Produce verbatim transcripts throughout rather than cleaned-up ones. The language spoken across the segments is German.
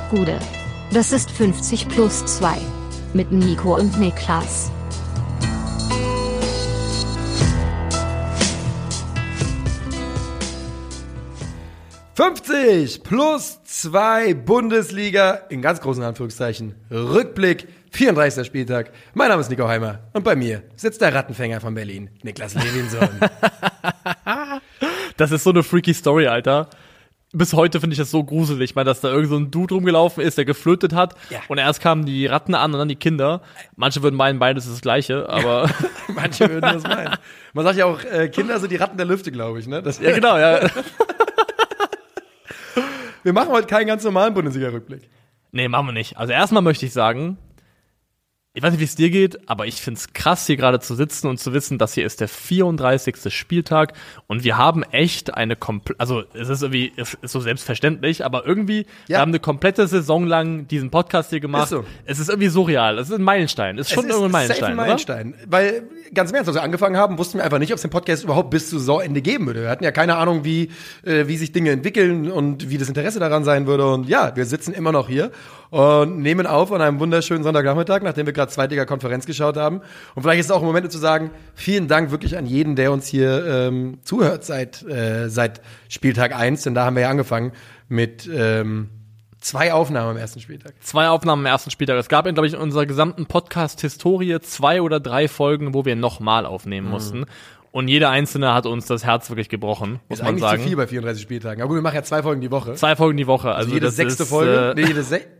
Gude. Das ist fünfzig plus zwei. Mit Nico und Niklas. fünfzig plus zwei Bundesliga, in ganz großen Anführungszeichen, Rückblick, vierunddreißigster Spieltag. Mein Name ist Nico Heimer und bei mir sitzt der Rattenfänger von Berlin, Niklas Levinson. Das ist so eine freaky Story, Alter. Bis heute finde ich das so gruselig, weil dass da irgend so ein Dude rumgelaufen ist, der geflötet hat ja. Und erst kamen die Ratten an und dann die Kinder. Manche würden meinen, beides ist das Gleiche, aber manche würden das meinen. Man sagt ja auch, äh, Kinder sind die Ratten der Lüfte, glaube ich, ne? Das ja, genau, ja. Wir machen heute keinen ganz normalen Bundesliga-Rückblick. Nee, machen wir nicht. Also erstmal möchte ich sagen, ich weiß nicht, wie es dir geht, aber ich find's krass, hier gerade zu sitzen und zu wissen, dass hier ist der vierunddreißigste Spieltag und wir haben echt eine komplette, also es ist irgendwie, es ist so selbstverständlich, aber irgendwie, ja. Wir haben eine komplette Saison lang diesen Podcast hier gemacht. Ist so. Es ist irgendwie surreal, es ist ein Meilenstein, es ist schon irgendwie ein Meilenstein, ein Meilenstein, oder? Weil, ganz im Ernst, als wir angefangen haben, wussten wir einfach nicht, ob es den Podcast überhaupt bis zu Saisonende geben würde. Wir hatten ja keine Ahnung, wie, äh, wie sich Dinge entwickeln und wie das Interesse daran sein würde und ja, wir sitzen immer noch hier und nehmen auf an einem wunderschönen Sonntagnachmittag, nachdem wir gerade Zweitliga-Konferenz geschaut haben. Und vielleicht ist es auch ein Moment zu sagen, vielen Dank wirklich an jeden, der uns hier ähm, zuhört seit äh, seit Spieltag eins, denn da haben wir ja angefangen mit ähm, zwei Aufnahmen am ersten Spieltag. Zwei Aufnahmen am ersten Spieltag. Es gab, glaube ich, in unserer gesamten Podcast-Historie zwei oder drei Folgen, wo wir nochmal aufnehmen mhm. mussten. Und jeder einzelne hat uns das Herz wirklich gebrochen, muss ist man sagen. Ist eigentlich zu viel bei vierunddreißig Spieltagen. Aber gut, wir machen ja zwei Folgen die Woche. Zwei Folgen die Woche. Also, also jede das sechste ist, Folge? Äh, nee, jede se-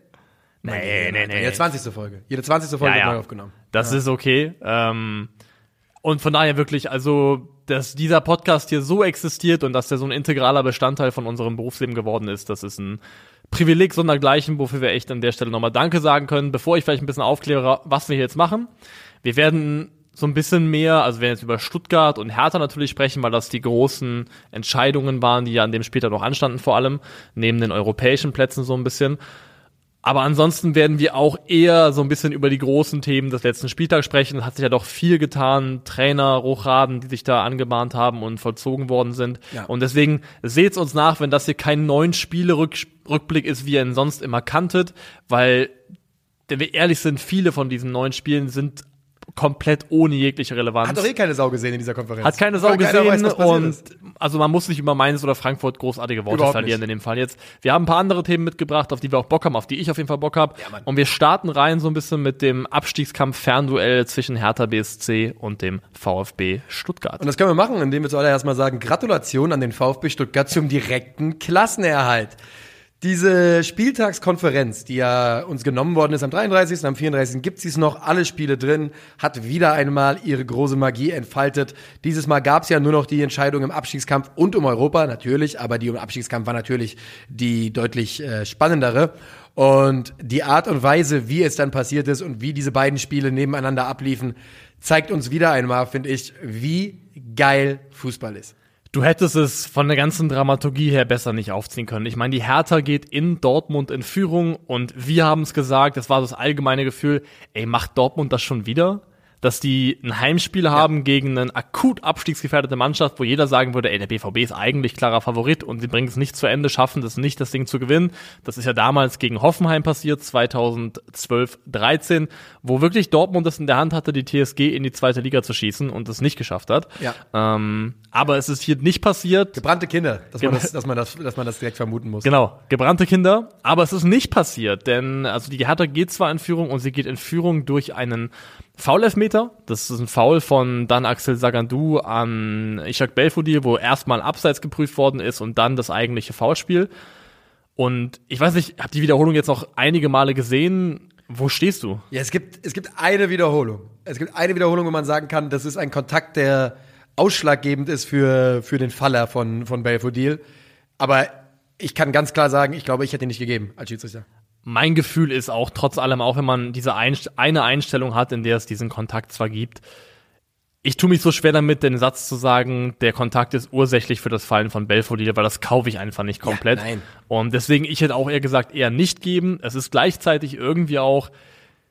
Nee, nee, nee. Jede zwanzigste Folge. Jede zwanzigste Folge ja, ja. neu aufgenommen. Das ja. ist okay. Ähm, und von daher wirklich, also, dass dieser Podcast hier so existiert und dass der so ein integraler Bestandteil von unserem Berufsleben geworden ist, das ist ein Privileg sondergleichen, wofür wir echt an der Stelle nochmal Danke sagen können. Bevor ich vielleicht ein bisschen aufkläre, was wir hier jetzt machen. Wir werden so ein bisschen mehr, also wir werden jetzt über Stuttgart und Hertha natürlich sprechen, weil das die großen Entscheidungen waren, die ja an dem Spieltag noch anstanden vor allem, neben den europäischen Plätzen so ein bisschen. Aber ansonsten werden wir auch eher so ein bisschen über die großen Themen des letzten Spieltags sprechen. Es hat sich ja doch viel getan, Trainer, Rochraden, die sich da angebahnt haben und vollzogen worden sind. Ja. Und deswegen seht's uns nach, wenn das hier kein neun Spiele-Rückblick ist, wie ihr ihn sonst immer kanntet, weil, wenn wir ehrlich sind, viele von diesen neun Spielen sind komplett ohne jegliche Relevanz. Hat doch eh keine Sau gesehen in dieser Konferenz. Hat keine Sau gesehen weiß, und also man muss nicht über Mainz oder Frankfurt großartige Worte Überhaupt verlieren nicht. In dem Fall jetzt. Wir haben ein paar andere Themen mitgebracht, auf die wir auch Bock haben, auf die ich auf jeden Fall Bock habe. Ja, und wir starten rein so ein bisschen mit dem Abstiegskampf-Fernduell zwischen Hertha B S C und dem VfB Stuttgart. Und das können wir machen, indem wir zuallererst mal sagen, Gratulation an den VfB Stuttgart zum direkten Klassenerhalt. Diese Spieltagskonferenz, die ja uns genommen worden ist am dreiunddreißigsten Am vierunddreißigsten gibt sie es noch, alle Spiele drin, hat wieder einmal ihre große Magie entfaltet. Dieses Mal gab es ja nur noch die Entscheidung im Abstiegskampf und um Europa, natürlich, aber die im Abstiegskampf war natürlich die deutlich äh, spannendere. Und die Art und Weise, wie es dann passiert ist und wie diese beiden Spiele nebeneinander abliefen, zeigt uns wieder einmal, finde ich, wie geil Fußball ist. Du hättest es von der ganzen Dramaturgie her besser nicht aufziehen können. Ich meine, die Hertha geht in Dortmund in Führung und wir haben es gesagt, das war das allgemeine Gefühl, ey, macht Dortmund das schon wieder? Dass die ein Heimspiel ja. haben gegen eine akut abstiegsgefährdete Mannschaft, wo jeder sagen würde, ey, der B V B ist eigentlich klarer Favorit und sie bringen es nicht zu Ende, schaffen es nicht, das Ding zu gewinnen. Das ist ja damals gegen Hoffenheim passiert, zweitausendzwölf dreizehn, wo wirklich Dortmund es in der Hand hatte, die T S G in die zweite Liga zu schießen und es nicht geschafft hat. Ja. Ähm, aber es ist hier nicht passiert. Gebrannte Kinder, dass man, das, dass man das, dass man das direkt vermuten muss. Genau, gebrannte Kinder, aber es ist nicht passiert, denn also die Hertha geht zwar in Führung und sie geht in Führung durch einen Foul-Elfmeter, das ist ein Foul von dann Axel Sagandou an Ishak Belfodil, wo erstmal Abseits geprüft worden ist und dann das eigentliche Foulspiel. Und ich weiß nicht, ich habe die Wiederholung jetzt noch einige Male gesehen. Wo stehst du? Ja, es gibt es gibt eine Wiederholung. Es gibt eine Wiederholung, wo man sagen kann, das ist ein Kontakt, der ausschlaggebend ist für für den Faller von von Belfodil. Aber ich kann ganz klar sagen, ich glaube, ich hätte ihn nicht gegeben als Schiedsrichter. Mein Gefühl ist auch, trotz allem, auch wenn man diese Einst- eine Einstellung hat, in der es diesen Kontakt zwar gibt, ich tue mich so schwer damit, den Satz zu sagen, der Kontakt ist ursächlich für das Fallen von Belfodil, weil das kaufe ich einfach nicht komplett. Ja, nein. Und deswegen, ich hätte auch eher gesagt, eher nicht geben. Es ist gleichzeitig irgendwie auch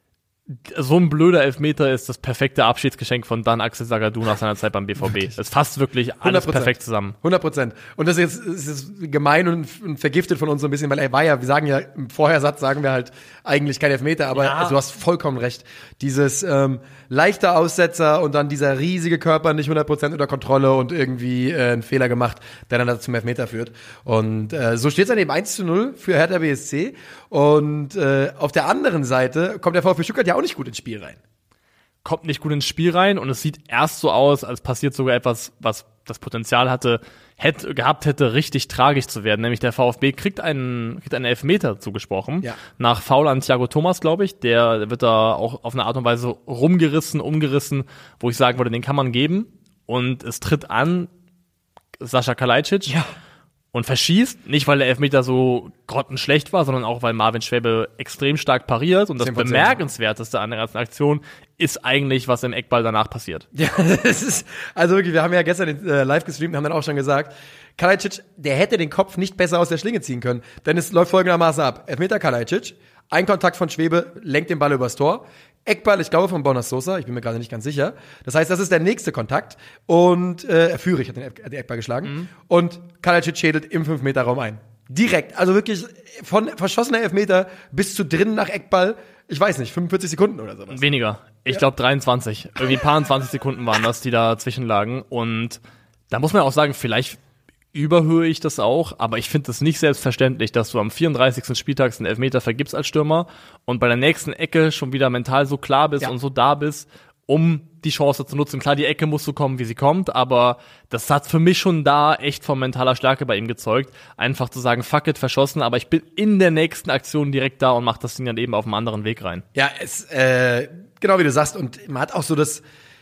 so ein blöder Elfmeter ist das perfekte Abschiedsgeschenk von Dan Axel Sagadou nach seiner Zeit beim B V B. Es fasst wirklich alles hundert Prozent perfekt zusammen. hundert Prozent. Und das ist, das ist gemein und, und vergiftet von uns so ein bisschen, weil er war ja, wir sagen ja, im Vorhersatz sagen wir halt eigentlich kein Elfmeter, aber Ja. du hast vollkommen recht. Dieses ähm, leichte Aussetzer und dann dieser riesige Körper nicht hundert Prozent unter Kontrolle und irgendwie äh, einen Fehler gemacht, der dann zum Elfmeter führt. Und äh, so steht es dann eben eins zu null für Hertha B S C. Und äh, auf der anderen Seite kommt der VfB Stuttgart ja auch nicht gut ins Spiel rein. Kommt nicht gut ins Spiel rein und es sieht erst so aus, als passiert sogar etwas, was das Potenzial hatte, hätte, gehabt hätte, richtig tragisch zu werden. Nämlich der VfB kriegt einen, kriegt einen Elfmeter zugesprochen. Ja. Nach Foul an Thiago Thomas, glaube ich. Der wird da auch auf eine Art und Weise rumgerissen, umgerissen, wo ich sagen würde, den kann man geben. Und es tritt an Sascha Kalajdzic. Ja. Und verschießt, nicht weil der Elfmeter so grottenschlecht war, sondern auch weil Marvin Schwäbe extrem stark pariert. Und das zehn Prozent. Bemerkenswerteste an der ganzen Aktion ist eigentlich, was im Eckball danach passiert. Ja, das ist, also wirklich, wir haben ja gestern äh, live gestreamt, haben dann auch schon gesagt, Kalajdzic, der hätte den Kopf nicht besser aus der Schlinge ziehen können. Denn es läuft folgendermaßen ab. Elfmeter Kalajdzic, ein Kontakt von Schwäbe, lenkt den Ball übers Tor. Eckball, ich glaube, von Bonas Sosa, ich bin mir gerade nicht ganz sicher. Das heißt, das ist der nächste Kontakt. Und äh, Führig hat den, Eck, den Eckball geschlagen. Mhm. Und Kalajdzic schädelt im fünf Meter Raum ein. Direkt, also wirklich von verschossener Elfmeter bis zu drinnen nach Eckball, ich weiß nicht, fünfundvierzig Sekunden oder sowas. Weniger. Ich Ja. glaube dreiundzwanzig. Irgendwie ein paar zwanzig Sekunden waren das, die dazwischen lagen. Und da muss man auch sagen, vielleicht überhöhe ich das auch, aber ich finde es nicht selbstverständlich, dass du am vierunddreißigsten Spieltag einen Elfmeter vergibst als Stürmer und bei der nächsten Ecke schon wieder mental so klar bist Ja. und so da bist, um die Chance zu nutzen. Klar, die Ecke muss so kommen, wie sie kommt, aber das hat für mich schon da echt von mentaler Stärke bei ihm gezeugt. Einfach zu sagen, fuck it, verschossen, aber ich bin in der nächsten Aktion direkt da und mach das Ding dann eben auf einem anderen Weg rein. Ja, es, äh, genau wie du sagst. Und man hat auch so das,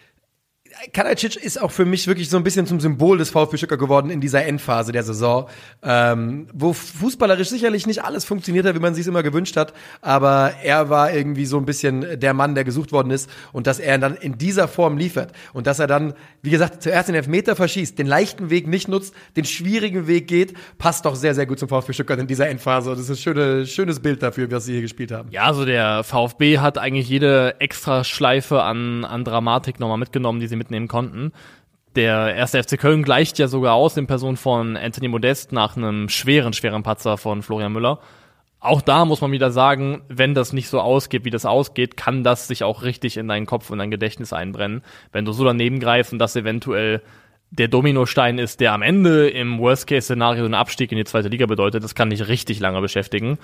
Kalajdzic ist auch für mich wirklich so ein bisschen zum Symbol des VfB Stuttgart geworden in dieser Endphase der Saison, ähm, wo fußballerisch sicherlich nicht alles funktioniert hat, wie man sich immer gewünscht hat, aber er war irgendwie so ein bisschen der Mann, der gesucht worden ist und dass er dann in dieser Form liefert und dass er dann, wie gesagt, zuerst den Elfmeter verschießt, den leichten Weg nicht nutzt, den schwierigen Weg geht, passt doch sehr, sehr gut zum VfB Stuttgart in dieser Endphase. Das ist ein schöne, schönes Bild dafür, was sie hier gespielt haben. Ja, also der VfB hat eigentlich jede extra Schleife an, an Dramatik nochmal mitgenommen, die sie mitnehmen konnten. Der erste F C Köln gleicht ja sogar aus in Person von Anthony Modest nach einem schweren, schweren Patzer von Florian Müller. Auch da muss man wieder sagen, wenn das nicht so ausgeht, wie das ausgeht, kann das sich auch richtig in deinen Kopf und dein Gedächtnis einbrennen. Wenn du so daneben greifst und das eventuell der Dominostein ist, der am Ende im Worst-Case-Szenario einen Abstieg in die zweite Liga bedeutet, das kann dich richtig lange beschäftigen.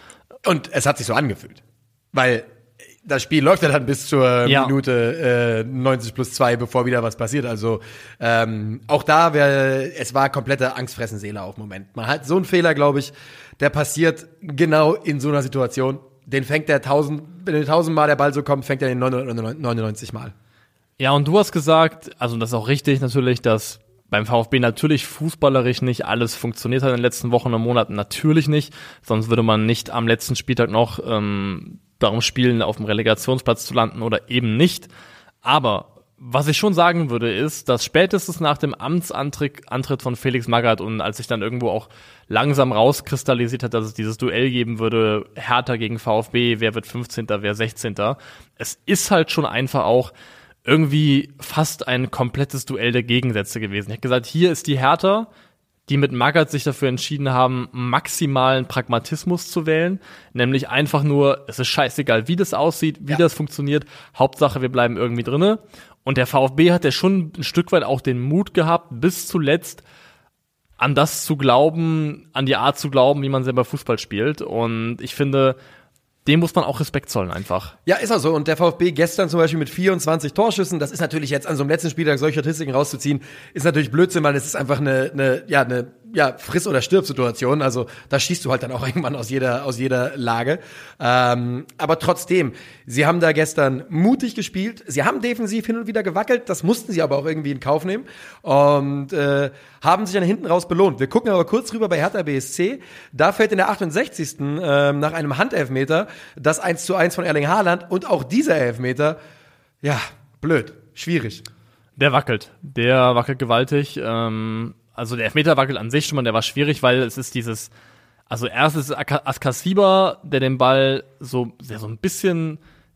Und es hat sich so angefühlt. Weil das Spiel läuft ja dann bis zur Ja. Minute äh, neunzig plus zwei, bevor wieder was passiert. Also ähm, auch da wäre, es war komplette Angstfressen Seele auf Moment. Man hat so einen Fehler, glaube ich, der passiert genau in so einer Situation. Den fängt der tausend, wenn tausendmal der Ball so kommt, fängt er den neunundneunzig Mal. Ja, und du hast gesagt, also das ist auch richtig natürlich, dass beim VfB natürlich fußballerisch nicht alles funktioniert hat in den letzten Wochen und Monaten. Natürlich nicht, sonst würde man nicht am letzten Spieltag noch ähm, darum spielen, auf dem Relegationsplatz zu landen oder eben nicht. Aber was ich schon sagen würde, ist, dass spätestens nach dem Amtsantritt Antritt von Felix Magath und als sich dann irgendwo auch langsam rauskristallisiert hat, dass es dieses Duell geben würde, Hertha gegen VfB, wer wird fünfzehnter, wer sechzehnter. Es ist halt schon einfach auch irgendwie fast ein komplettes Duell der Gegensätze gewesen. Ich habe gesagt, hier ist die Hertha, die mit Magath sich dafür entschieden haben, maximalen Pragmatismus zu wählen, nämlich einfach nur, es ist scheißegal, wie das aussieht, wie Ja. das funktioniert, Hauptsache, wir bleiben irgendwie drinne. Und der VfB hat ja schon ein Stück weit auch den Mut gehabt, bis zuletzt an das zu glauben, an die Art zu glauben, wie man selber Fußball spielt. Und ich finde, dem muss man auch Respekt zollen einfach. Ja, ist auch so. Und der VfB gestern zum Beispiel mit vierundzwanzig Torschüssen, das ist natürlich jetzt an so einem letzten Spieltag solche Statistiken rauszuziehen, ist natürlich Blödsinn, weil es ist einfach eine, eine ja, eine ja, Friss- oder Stirb-Situation. Also da schießt du halt dann auch irgendwann aus jeder, aus jeder Lage. Ähm, aber trotzdem, sie haben da gestern mutig gespielt. Sie haben defensiv hin und wieder gewackelt. Das mussten sie aber auch irgendwie in Kauf nehmen. Und äh, haben sich dann hinten raus belohnt. Wir gucken aber kurz rüber bei Hertha B S C. Da fällt in der achtundsechzigsten Ähm, nach einem Handelfmeter das eins zu eins von Erling Haaland. Und auch dieser Elfmeter, ja, blöd, schwierig. Der wackelt. Der wackelt gewaltig. Ähm, also der Elfmeter wackelt an sich schon mal, der war schwierig, weil es ist dieses, also erst ist es Askasiba, der den Ball so, der so ein bisschen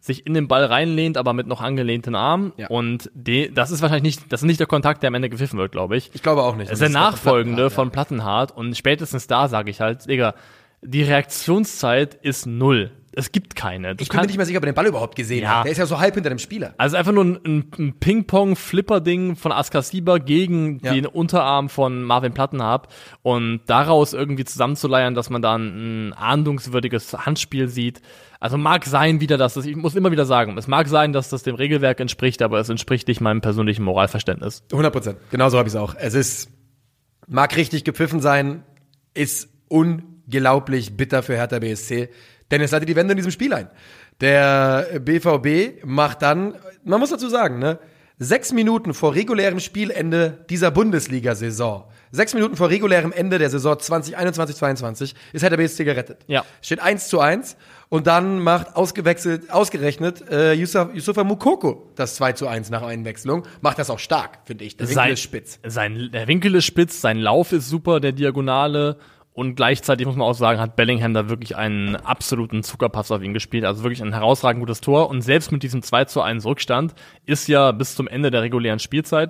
sich in den Ball reinlehnt, aber mit noch angelehnten Armen. Ja. Und de, das ist wahrscheinlich nicht, das ist nicht der Kontakt, der am Ende gepfiffen wird, glaube ich. Ich glaube auch nicht. Das ist der Nachfolgende Plattenhardt, von Plattenhardt. Und spätestens da sage ich halt, Digga, die Reaktionszeit ist null. Es gibt keine. Du Ich bin mir nicht mehr sicher, ob er den Ball überhaupt gesehen Ja. hat. Der ist ja so halb hinter dem Spieler. Also einfach nur ein, ein Ping-Pong-Flipper-Ding von Askasiba gegen Ja. den Unterarm von Marvin Plattenhardt und daraus irgendwie zusammenzuleiern, dass man da ein, ein ahndungswürdiges Handspiel sieht. Also mag sein wieder, dass das, ich muss immer wieder sagen, es mag sein, dass das dem Regelwerk entspricht, aber es entspricht nicht meinem persönlichen Moralverständnis. hundert Prozent. Genauso habe ich es auch. Es ist, mag richtig gepfiffen sein, ist unglaublich bitter für Hertha B S C. Denn es hatte die Wende in diesem Spiel ein. Der B V B macht dann, man muss dazu sagen, ne, sechs Minuten vor regulärem Spielende dieser Bundesliga-Saison, sechs Minuten vor regulärem Ende der Saison zwanzig einundzwanzig zweiundzwanzig, ist Hertha B S C gerettet. Ja. Steht eins zu eins und dann macht ausgewechselt, ausgerechnet äh, Yusuf, Yusufa Moukoko das zwei zu eins nach Einwechslung. Macht das auch stark, finde ich. Der Winkel Sein- ist spitz. Sein, der Winkel ist spitz, sein Lauf ist super, der Diagonale. Und gleichzeitig muss man auch sagen, hat Bellingham da wirklich einen absoluten Zuckerpass auf ihn gespielt. Also wirklich ein herausragend gutes Tor. Und selbst mit diesem zwei zu eins Rückstand ist ja bis zum Ende der regulären Spielzeit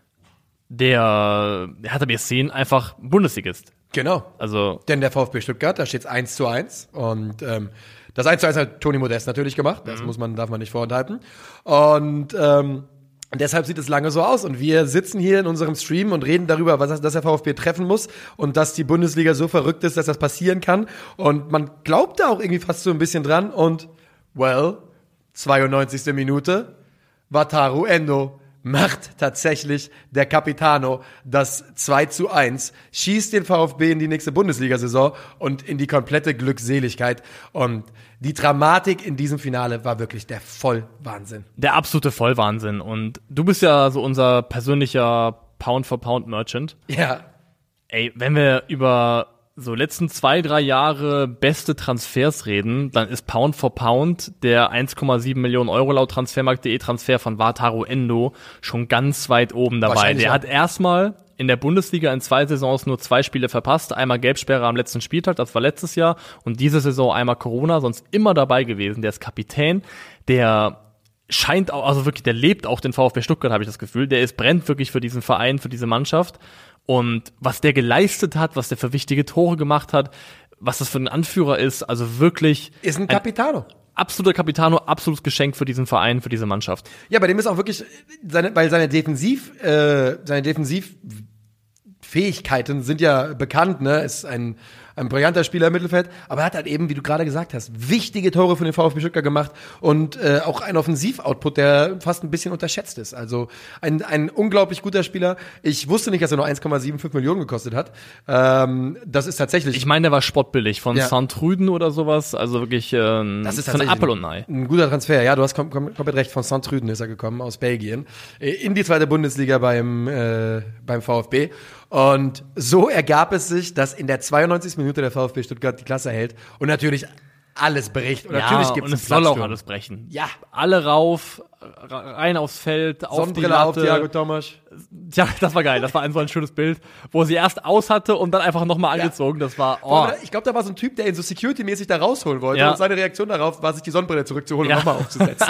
der, der Hertha B S C einfach Bundesligist. Genau. Also Denn der VfB Stuttgart, da steht es eins zu eins. Und ähm, das eins zu eins hat Toni Modest natürlich gemacht. Das muss man, darf man nicht vorenthalten. Und ähm, deshalb sieht es lange so aus. Und wir sitzen hier in unserem Stream und reden darüber, was das, dass der VfB treffen muss und dass die Bundesliga so verrückt ist, dass das passieren kann. Und man glaubt da auch irgendwie fast so ein bisschen dran. Und, well, zweiundneunzigste Minute, Wataru Endo macht tatsächlich der Capitano das zwei zu eins, schießt den VfB in die nächste Bundesliga-Saison und in die komplette Glückseligkeit. Und die Dramatik in diesem Finale war wirklich der Vollwahnsinn. der absolute Vollwahnsinn. Und du bist ja so unser persönlicher Pound-for-Pound-Merchant. Ja, Ey, wenn wir über so letzten zwei, drei Jahre beste Transfers reden, dann ist Pound for Pound der eins Komma sieben Millionen Euro laut Transfermarkt punkt de Transfer von Wataru Endo schon ganz weit oben dabei. Wahrscheinlich Der auch. hat erstmal in der Bundesliga in zwei Saisons nur zwei Spiele verpasst. Einmal Gelbsperre am letzten Spieltag, das war letztes Jahr. Und diese Saison einmal Corona, sonst immer dabei gewesen. Der ist Kapitän, der scheint auch, also wirklich, der lebt auch den VfB Stuttgart, habe ich das Gefühl. Der ist, brennt wirklich für diesen Verein, für diese Mannschaft. Und was der geleistet hat, was der für wichtige Tore gemacht hat, was das für ein Anführer ist, also wirklich ist ein Capitano. absoluter Capitano, absolutes Geschenk für diesen Verein, für diese Mannschaft. Ja, bei dem ist auch wirklich seine, weil seine Defensiv, äh, seine Defensivfähigkeiten sind ja bekannt, ne? Ist ein ein brillanter Spieler im Mittelfeld, aber er hat halt eben, wie du gerade gesagt hast, wichtige Tore für den VfB Stuttgart gemacht und äh, auch ein Offensivoutput, der fast ein bisschen unterschätzt ist. Also ein ein unglaublich guter Spieler. Ich wusste nicht, dass er nur eins Komma fünfundsiebzig Millionen gekostet hat. Ähm, das ist tatsächlich Ich meine, der war spottbillig von Ja. Saint-Truden oder sowas, also wirklich ähm, Das ist von tatsächlich Apple und Ei. ein guter Transfer. Ja, du hast kom kom komplett recht. Von Saint-Truden ist er gekommen, aus Belgien, äh, in die zweite Bundesliga beim äh, beim VfB. Und so ergab es sich, dass in der zweiundneunzigsten Minute der VfB Stuttgart die Klasse hält und natürlich alles bricht. Und natürlich gibt und es es soll auch alles brechen. Ja. Alle rauf, rein aufs Feld, auf die Sonnenbrille auf, Latte. Thiago Tomasch. Ja, das war geil. Das war ein so ein schönes Bild, wo sie erst aus hatte und dann einfach nochmal Ja. angezogen. Das war, oh. Ich glaube, da war so ein Typ, der ihn so security-mäßig da rausholen wollte. Ja. Und seine Reaktion darauf war, sich die Sonnenbrille zurückzuholen Ja. und nochmal aufzusetzen.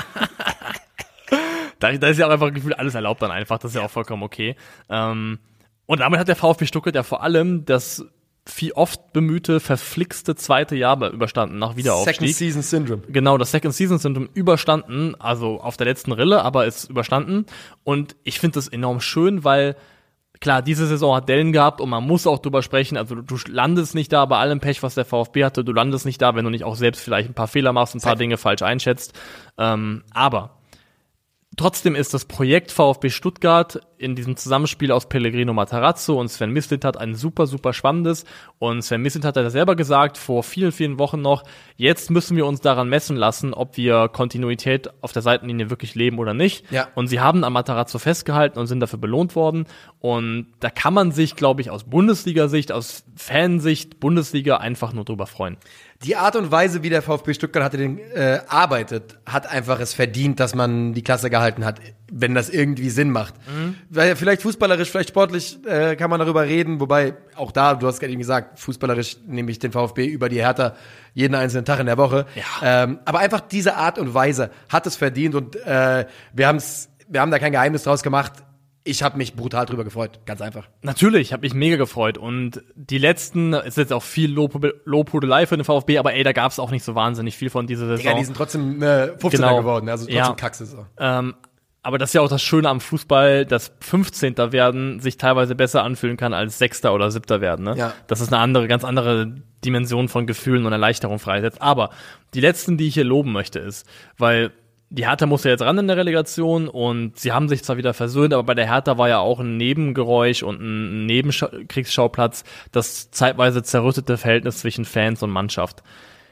Da, da ist ja auch einfach gefühlt alles erlaubt dann einfach. Das ist ja auch vollkommen okay. Ähm, und damit hat der VfB Stuttgart ja vor allem das viel oft bemühte, verflixte zweite Jahr überstanden nach Wiederaufstieg. Second Season Syndrome. Genau, das Second Season Syndrome überstanden, also auf der letzten Rille, aber ist überstanden. Und ich finde das enorm schön, weil klar, diese Saison hat Dellen gehabt und man muss auch drüber sprechen. Also du landest nicht da bei allem Pech, was der VfB hatte. Du landest nicht da, wenn du nicht auch selbst vielleicht ein paar Fehler machst, ein paar Dinge falsch einschätzt. Ähm, aber trotzdem ist das Projekt VfB Stuttgart in diesem Zusammenspiel aus Pellegrino Matarazzo und Sven Mislintat ein super, super spannendes. Und Sven Mislintat hat ja selber gesagt, vor vielen, vielen Wochen noch, jetzt müssen wir uns daran messen lassen, ob wir Kontinuität auf der Seitenlinie wirklich leben oder nicht. Ja. Und sie haben an Matarazzo festgehalten und sind dafür belohnt worden. Und da kann man sich, glaube ich, aus Bundesliga-Sicht, aus Fansicht, Bundesliga einfach nur drüber freuen. Die Art und Weise, wie der VfB Stuttgart hatte den, äh, arbeitet, hat einfach es verdient, dass man die Klasse gehalten hat, wenn das irgendwie Sinn macht. Mhm. Weil vielleicht fußballerisch, vielleicht sportlich äh, kann man darüber reden, wobei auch da, du hast gerade eben gesagt, fußballerisch nehme ich den VfB über die Hertha jeden einzelnen Tag in der Woche. Ja. Ähm, aber einfach diese Art und Weise hat es verdient und äh, wir haben's, wir haben da kein Geheimnis draus gemacht. Ich habe mich brutal drüber gefreut, ganz einfach. Natürlich, ich habe mich mega gefreut und die letzten, ist jetzt auch viel Lob, Lobhudelei für den VfB, aber ey, da gab's auch nicht so wahnsinnig viel von dieser Saison. Ja, die sind trotzdem äh, fünfzehner genau. geworden, also trotzdem ja. Kacksaison. Ähm, aber das ist ja auch das Schöne am Fußball, dass fünfzehnter werden sich teilweise besser anfühlen kann als Sechster oder Siebter werden. Ne? Ja. Das ist eine andere, ganz andere Dimension von Gefühlen und Erleichterung freisetzt. Aber die letzten, die ich hier loben möchte, ist, weil die Hertha musste jetzt ran in der Relegation und sie haben sich zwar wieder versöhnt, aber bei der Hertha war ja auch ein Nebengeräusch und ein Nebenkriegsschauplatz, das zeitweise zerrüttete Verhältnis zwischen Fans und Mannschaft.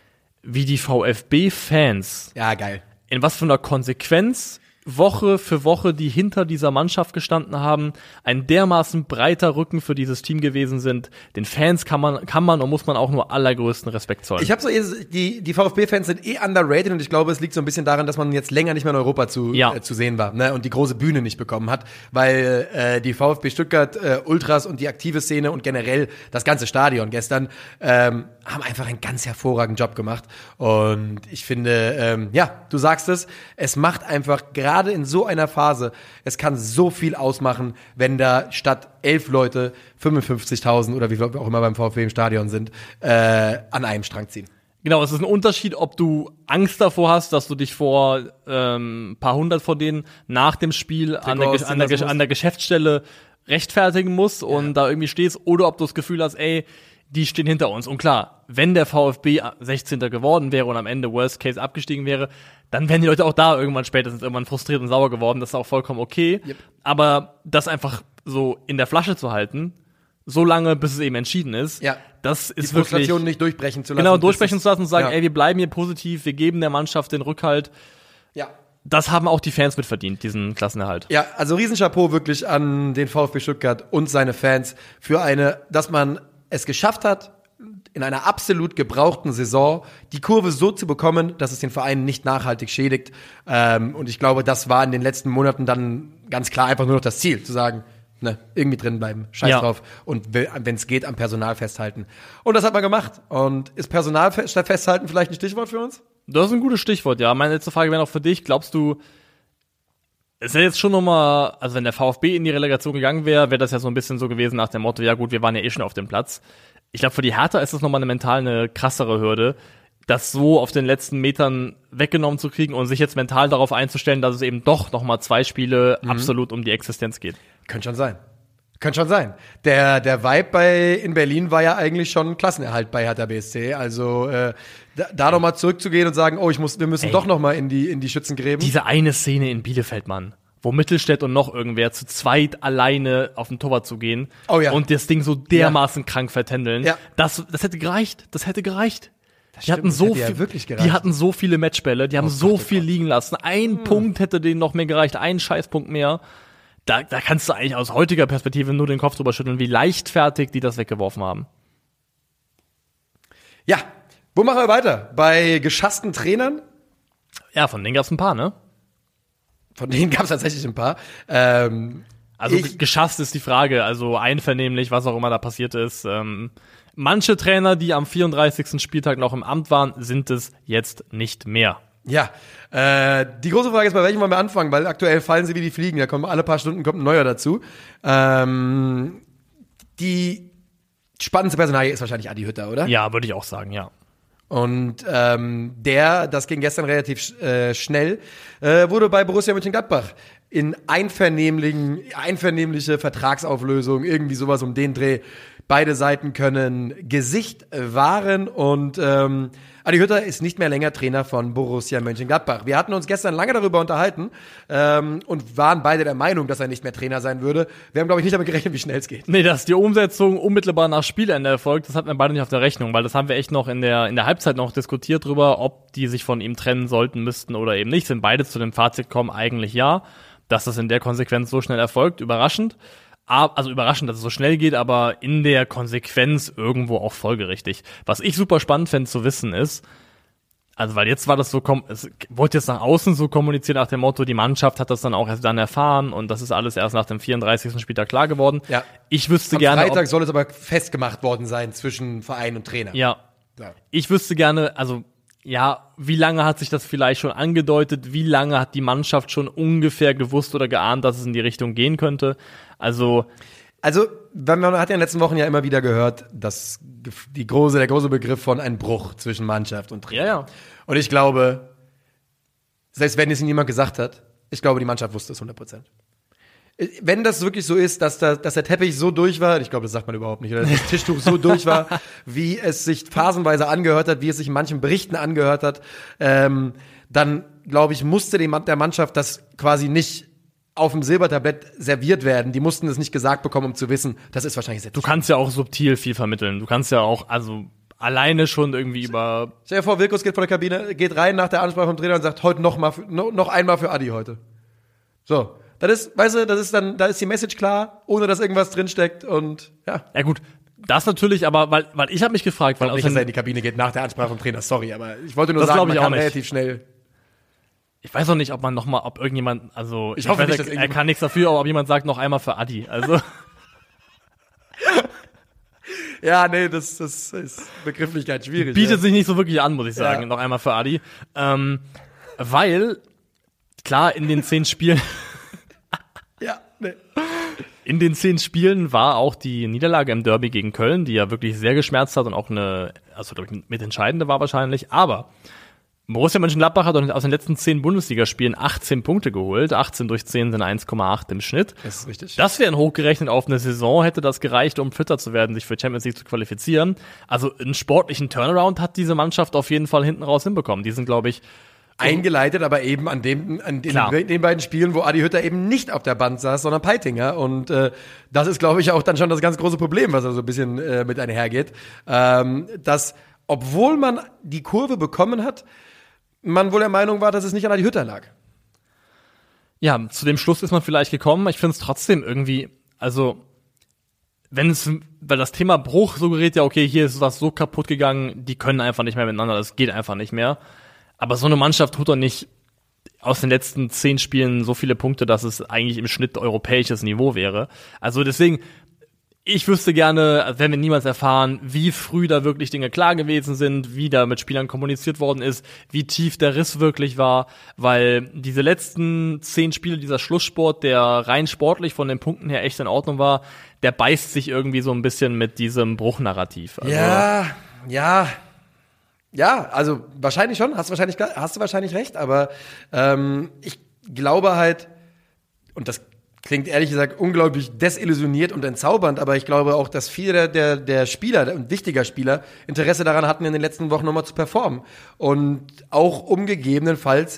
Wie die VfB-Fans, ja, geil, in was für einer Konsequenz Woche für Woche, die hinter dieser Mannschaft gestanden haben, ein dermaßen breiter Rücken für dieses Team gewesen sind. Den Fans kann man, kann man und muss man auch nur allergrößten Respekt zollen. Ich habe so, die, die VfB-Fans sind eh underrated und ich glaube, es liegt so ein bisschen daran, dass man jetzt länger nicht mehr in Europa zu, ja. äh, zu sehen war, ne, und die große Bühne nicht bekommen hat, weil äh, die VfB Stuttgart äh, Ultras und die aktive Szene und generell das ganze Stadion gestern ähm, haben einfach einen ganz hervorragenden Job gemacht und ich finde, ähm, ja, du sagst es, es macht einfach gerade in so einer Phase, es kann so viel ausmachen, wenn da statt elf Leute fünfundfünfzigtausend oder wie viel auch immer beim VfB im Stadion sind, äh, an einem Strang ziehen. Genau, es ist ein Unterschied, ob du Angst davor hast, dass du dich vor ähm, paar hundert von denen nach dem Spiel an der, an, der, an der Geschäftsstelle rechtfertigen musst und ja. da irgendwie stehst, oder ob du das Gefühl hast, ey, die stehen hinter uns. Und klar, wenn der VfB sechzehnter geworden wäre und am Ende Worst Case abgestiegen wäre, dann wären die Leute auch da irgendwann spätestens irgendwann frustriert und sauer geworden. Das ist auch vollkommen okay. Yep. Aber das einfach so in der Flasche zu halten, so lange, bis es eben entschieden ist, ja. das ist die wirklich... Die Frustration nicht durchbrechen zu lassen. Genau, durchbrechen zu lassen und sagen, ja. ey, wir bleiben hier positiv, wir geben der Mannschaft den Rückhalt. Ja. Das haben auch die Fans mitverdient, diesen Klassenerhalt. Ja, also Riesenchapeau wirklich an den VfB Stuttgart und seine Fans für eine, dass man es geschafft hat, in einer absolut gebrauchten Saison die Kurve so zu bekommen, dass es den Verein nicht nachhaltig schädigt. Ähm, und ich glaube, das war in den letzten Monaten dann ganz klar einfach nur noch das Ziel, zu sagen, ne, irgendwie drin bleiben, scheiß ja. drauf. Und wenn es geht, am Personal festhalten. Und das hat man gemacht. Und ist Personal festhalten vielleicht ein Stichwort für uns? Das ist ein gutes Stichwort, ja. Meine letzte Frage wäre noch für dich. Glaubst du, es wäre jetzt schon nochmal, also wenn der VfB in die Relegation gegangen wäre, wäre das ja so ein bisschen so gewesen nach dem Motto, ja gut, wir waren ja eh schon auf dem Platz. Ich glaube, für die Hertha ist das nochmal eine mental eine krassere Hürde, das so auf den letzten Metern weggenommen zu kriegen und sich jetzt mental darauf einzustellen, dass es eben doch nochmal zwei Spiele mhm. absolut um die Existenz geht. Könnte schon sein. Könnte schon sein. Der, der Vibe bei, in Berlin war ja eigentlich schon Klassenerhalt bei Hertha B S C. Also, äh, da, da nochmal zurückzugehen und sagen, oh, ich muss, wir müssen Ey, doch nochmal in die, in die Schützengräben. Diese eine Szene in Bielefeld, Mann, wo Mittelstädt und noch irgendwer zu zweit alleine auf den Torwart zu gehen oh, ja. und das Ding so dermaßen ja. krank vertändeln. Ja. Das, das hätte gereicht. Das hätte gereicht. Das die stimmt, hatten so ja viel, wirklich die hatten so viele Matchbälle, die haben oh, so Gott, viel Gott. liegen lassen. Ein hm. Punkt hätte denen noch mehr gereicht, ein Scheißpunkt mehr. Da, da kannst du eigentlich aus heutiger Perspektive nur den Kopf drüber schütteln, wie leichtfertig die das weggeworfen haben. Ja, wo machen wir weiter? Bei geschassten Trainern? Ja, von denen gab's ein paar, ne? Von denen gab es tatsächlich ein paar. Ähm, also ich, geschasst ist die Frage, also einvernehmlich, was auch immer da passiert ist. Ähm, manche Trainer, die am vierunddreißigsten Spieltag noch im Amt waren, sind es jetzt nicht mehr. Ja, äh, die große Frage ist, bei welchem wollen wir anfangen? Weil aktuell fallen sie wie die Fliegen, da kommen alle paar Stunden kommt ein neuer dazu. Ähm, die spannendste Personalie ist wahrscheinlich Adi Hütter, oder? Ja, würde ich auch sagen, ja. Und ähm, der, das ging gestern relativ äh, schnell, äh, wurde bei Borussia Mönchengladbach in einvernehmlichen, einvernehmliche Vertragsauflösung, irgendwie sowas um den Dreh. Beide Seiten können Gesicht wahren und ähm, Adi Hütter ist nicht mehr länger Trainer von Borussia Mönchengladbach. Wir hatten uns gestern lange darüber unterhalten ähm, und waren beide der Meinung, dass er nicht mehr Trainer sein würde. Wir haben, glaube ich, nicht damit gerechnet, wie schnell es geht. Nee, dass die Umsetzung unmittelbar nach Spielende erfolgt, das hatten wir beide nicht auf der Rechnung, weil das haben wir echt noch in der in der Halbzeit noch diskutiert drüber, ob die sich von ihm trennen sollten, müssten oder eben nicht. Sind beide zu dem Fazit gekommen, eigentlich ja. Dass das in der Konsequenz so schnell erfolgt, überraschend. Also überraschend, dass es so schnell geht, aber in der Konsequenz irgendwo auch folgerichtig. Was ich super spannend fände zu wissen ist, also weil jetzt war das so, es wurde jetzt nach außen so kommuniziert nach dem Motto, die Mannschaft hat das dann auch erst dann erfahren und das ist alles erst nach dem vierunddreißigsten Spieltag klar geworden. Ja. Ich wüsste Am gerne. Am Freitag soll es aber festgemacht worden sein zwischen Verein und Trainer. Ja. ja. Ich wüsste gerne, also ja, wie lange hat sich das vielleicht schon angedeutet? Wie lange hat die Mannschaft schon ungefähr gewusst oder geahnt, dass es in die Richtung gehen könnte? Also, also man hat ja in den letzten Wochen ja immer wieder gehört, dass die große, der große Begriff von ein Bruch zwischen Mannschaft und Trainer. Ja, ja. Und ich glaube, selbst wenn es ihnen jemand gesagt hat, ich glaube, die Mannschaft wusste es hundert Prozent. Wenn das wirklich so ist, dass, da, dass der Teppich so durch war, ich glaube, das sagt man überhaupt nicht, oder dass das Tischtuch so durch war, wie es sich phasenweise angehört hat, wie es sich in manchen Berichten angehört hat, ähm, dann, glaube ich, musste dem, der Mannschaft das quasi nicht auf dem Silbertablett serviert werden. Die mussten es nicht gesagt bekommen, um zu wissen, das ist wahrscheinlich sehr. Du kannst ja auch subtil viel vermitteln. Du kannst ja auch, also alleine schon irgendwie über. Stell dir vor, Wilkus geht von der Kabine, geht rein nach der Ansprache vom Trainer und sagt, heute noch mal, für, no, noch einmal für Adi heute. So. Das ist, weißt du, das ist dann, da ist die Message klar, ohne dass irgendwas drinsteckt und ja. Ja gut, das natürlich, aber weil, weil ich habe mich gefragt, weil ich aus nicht, den, dass er in die Kabine geht nach der Ansprache vom Trainer, sorry, aber ich wollte nur Das sagen, glaub man ich kann auch nicht. relativ schnell. Ich weiß auch nicht, ob man noch mal, ob irgendjemand, also ich, ich hoffe weiß, nicht, er, dass er irgendjemand kann nichts dafür, aber ob jemand sagt noch einmal für Adi, also ja, nee, das, das ist Begrifflichkeit schwierig. bietet ja. sich nicht so wirklich an, muss ich sagen, Ja. noch einmal für Adi, ähm, weil klar in den zehn Spielen Ja, nee. In den zehn Spielen war auch die Niederlage im Derby gegen Köln, die ja wirklich sehr geschmerzt hat und auch eine, also glaube ich, mitentscheidende war wahrscheinlich. Aber Borussia Mönchengladbach hat aus den letzten zehn Bundesligaspielen achtzehn Punkte geholt. achtzehn durch zehn sind eins Komma acht im Schnitt. Das ist richtig. Das wären hochgerechnet auf eine Saison, hätte das gereicht, um Vierter zu werden, sich für Champions League zu qualifizieren. Also einen sportlichen Turnaround hat diese Mannschaft auf jeden Fall hinten raus hinbekommen. Die sind, glaube ich, Eingeleitet, aber eben an dem, an den, Klar. den beiden Spielen, wo Adi Hütter eben nicht auf der Bank saß, sondern Peitinger. Und äh, das ist, glaube ich, auch dann schon das ganz große Problem, was da so ein bisschen äh, mit einhergeht. Ähm, dass, obwohl man die Kurve bekommen hat, man wohl der Meinung war, dass es nicht an Adi Hütter lag. ja, zu dem Schluss ist man vielleicht gekommen. Ich finde es trotzdem irgendwie, also wenn es, weil das Thema Bruch suggeriert ja, okay, hier ist was so kaputt gegangen, die können einfach nicht mehr miteinander, das geht einfach nicht mehr. Aber so eine Mannschaft tut doch nicht aus den letzten zehn Spielen so viele Punkte, dass es eigentlich im Schnitt europäisches Niveau wäre. Also deswegen, ich wüsste gerne, als wenn wir niemals erfahren, wie früh da wirklich Dinge klar gewesen sind, wie da mit Spielern kommuniziert worden ist, wie tief der Riss wirklich war, weil diese letzten zehn Spiele, dieser Schlusssport, der rein sportlich von den Punkten her echt in Ordnung war, der beißt sich irgendwie so ein bisschen mit diesem Bruchnarrativ. Also, Ja, ja. Ja, also wahrscheinlich schon, hast du wahrscheinlich, hast du wahrscheinlich recht, aber ähm, ich glaube halt, und das klingt ehrlich gesagt unglaublich desillusioniert und entzaubernd, aber ich glaube auch, dass viele der, der, der Spieler und wichtiger Spieler Interesse daran hatten, in den letzten Wochen nochmal zu performen und auch um gegebenenfalls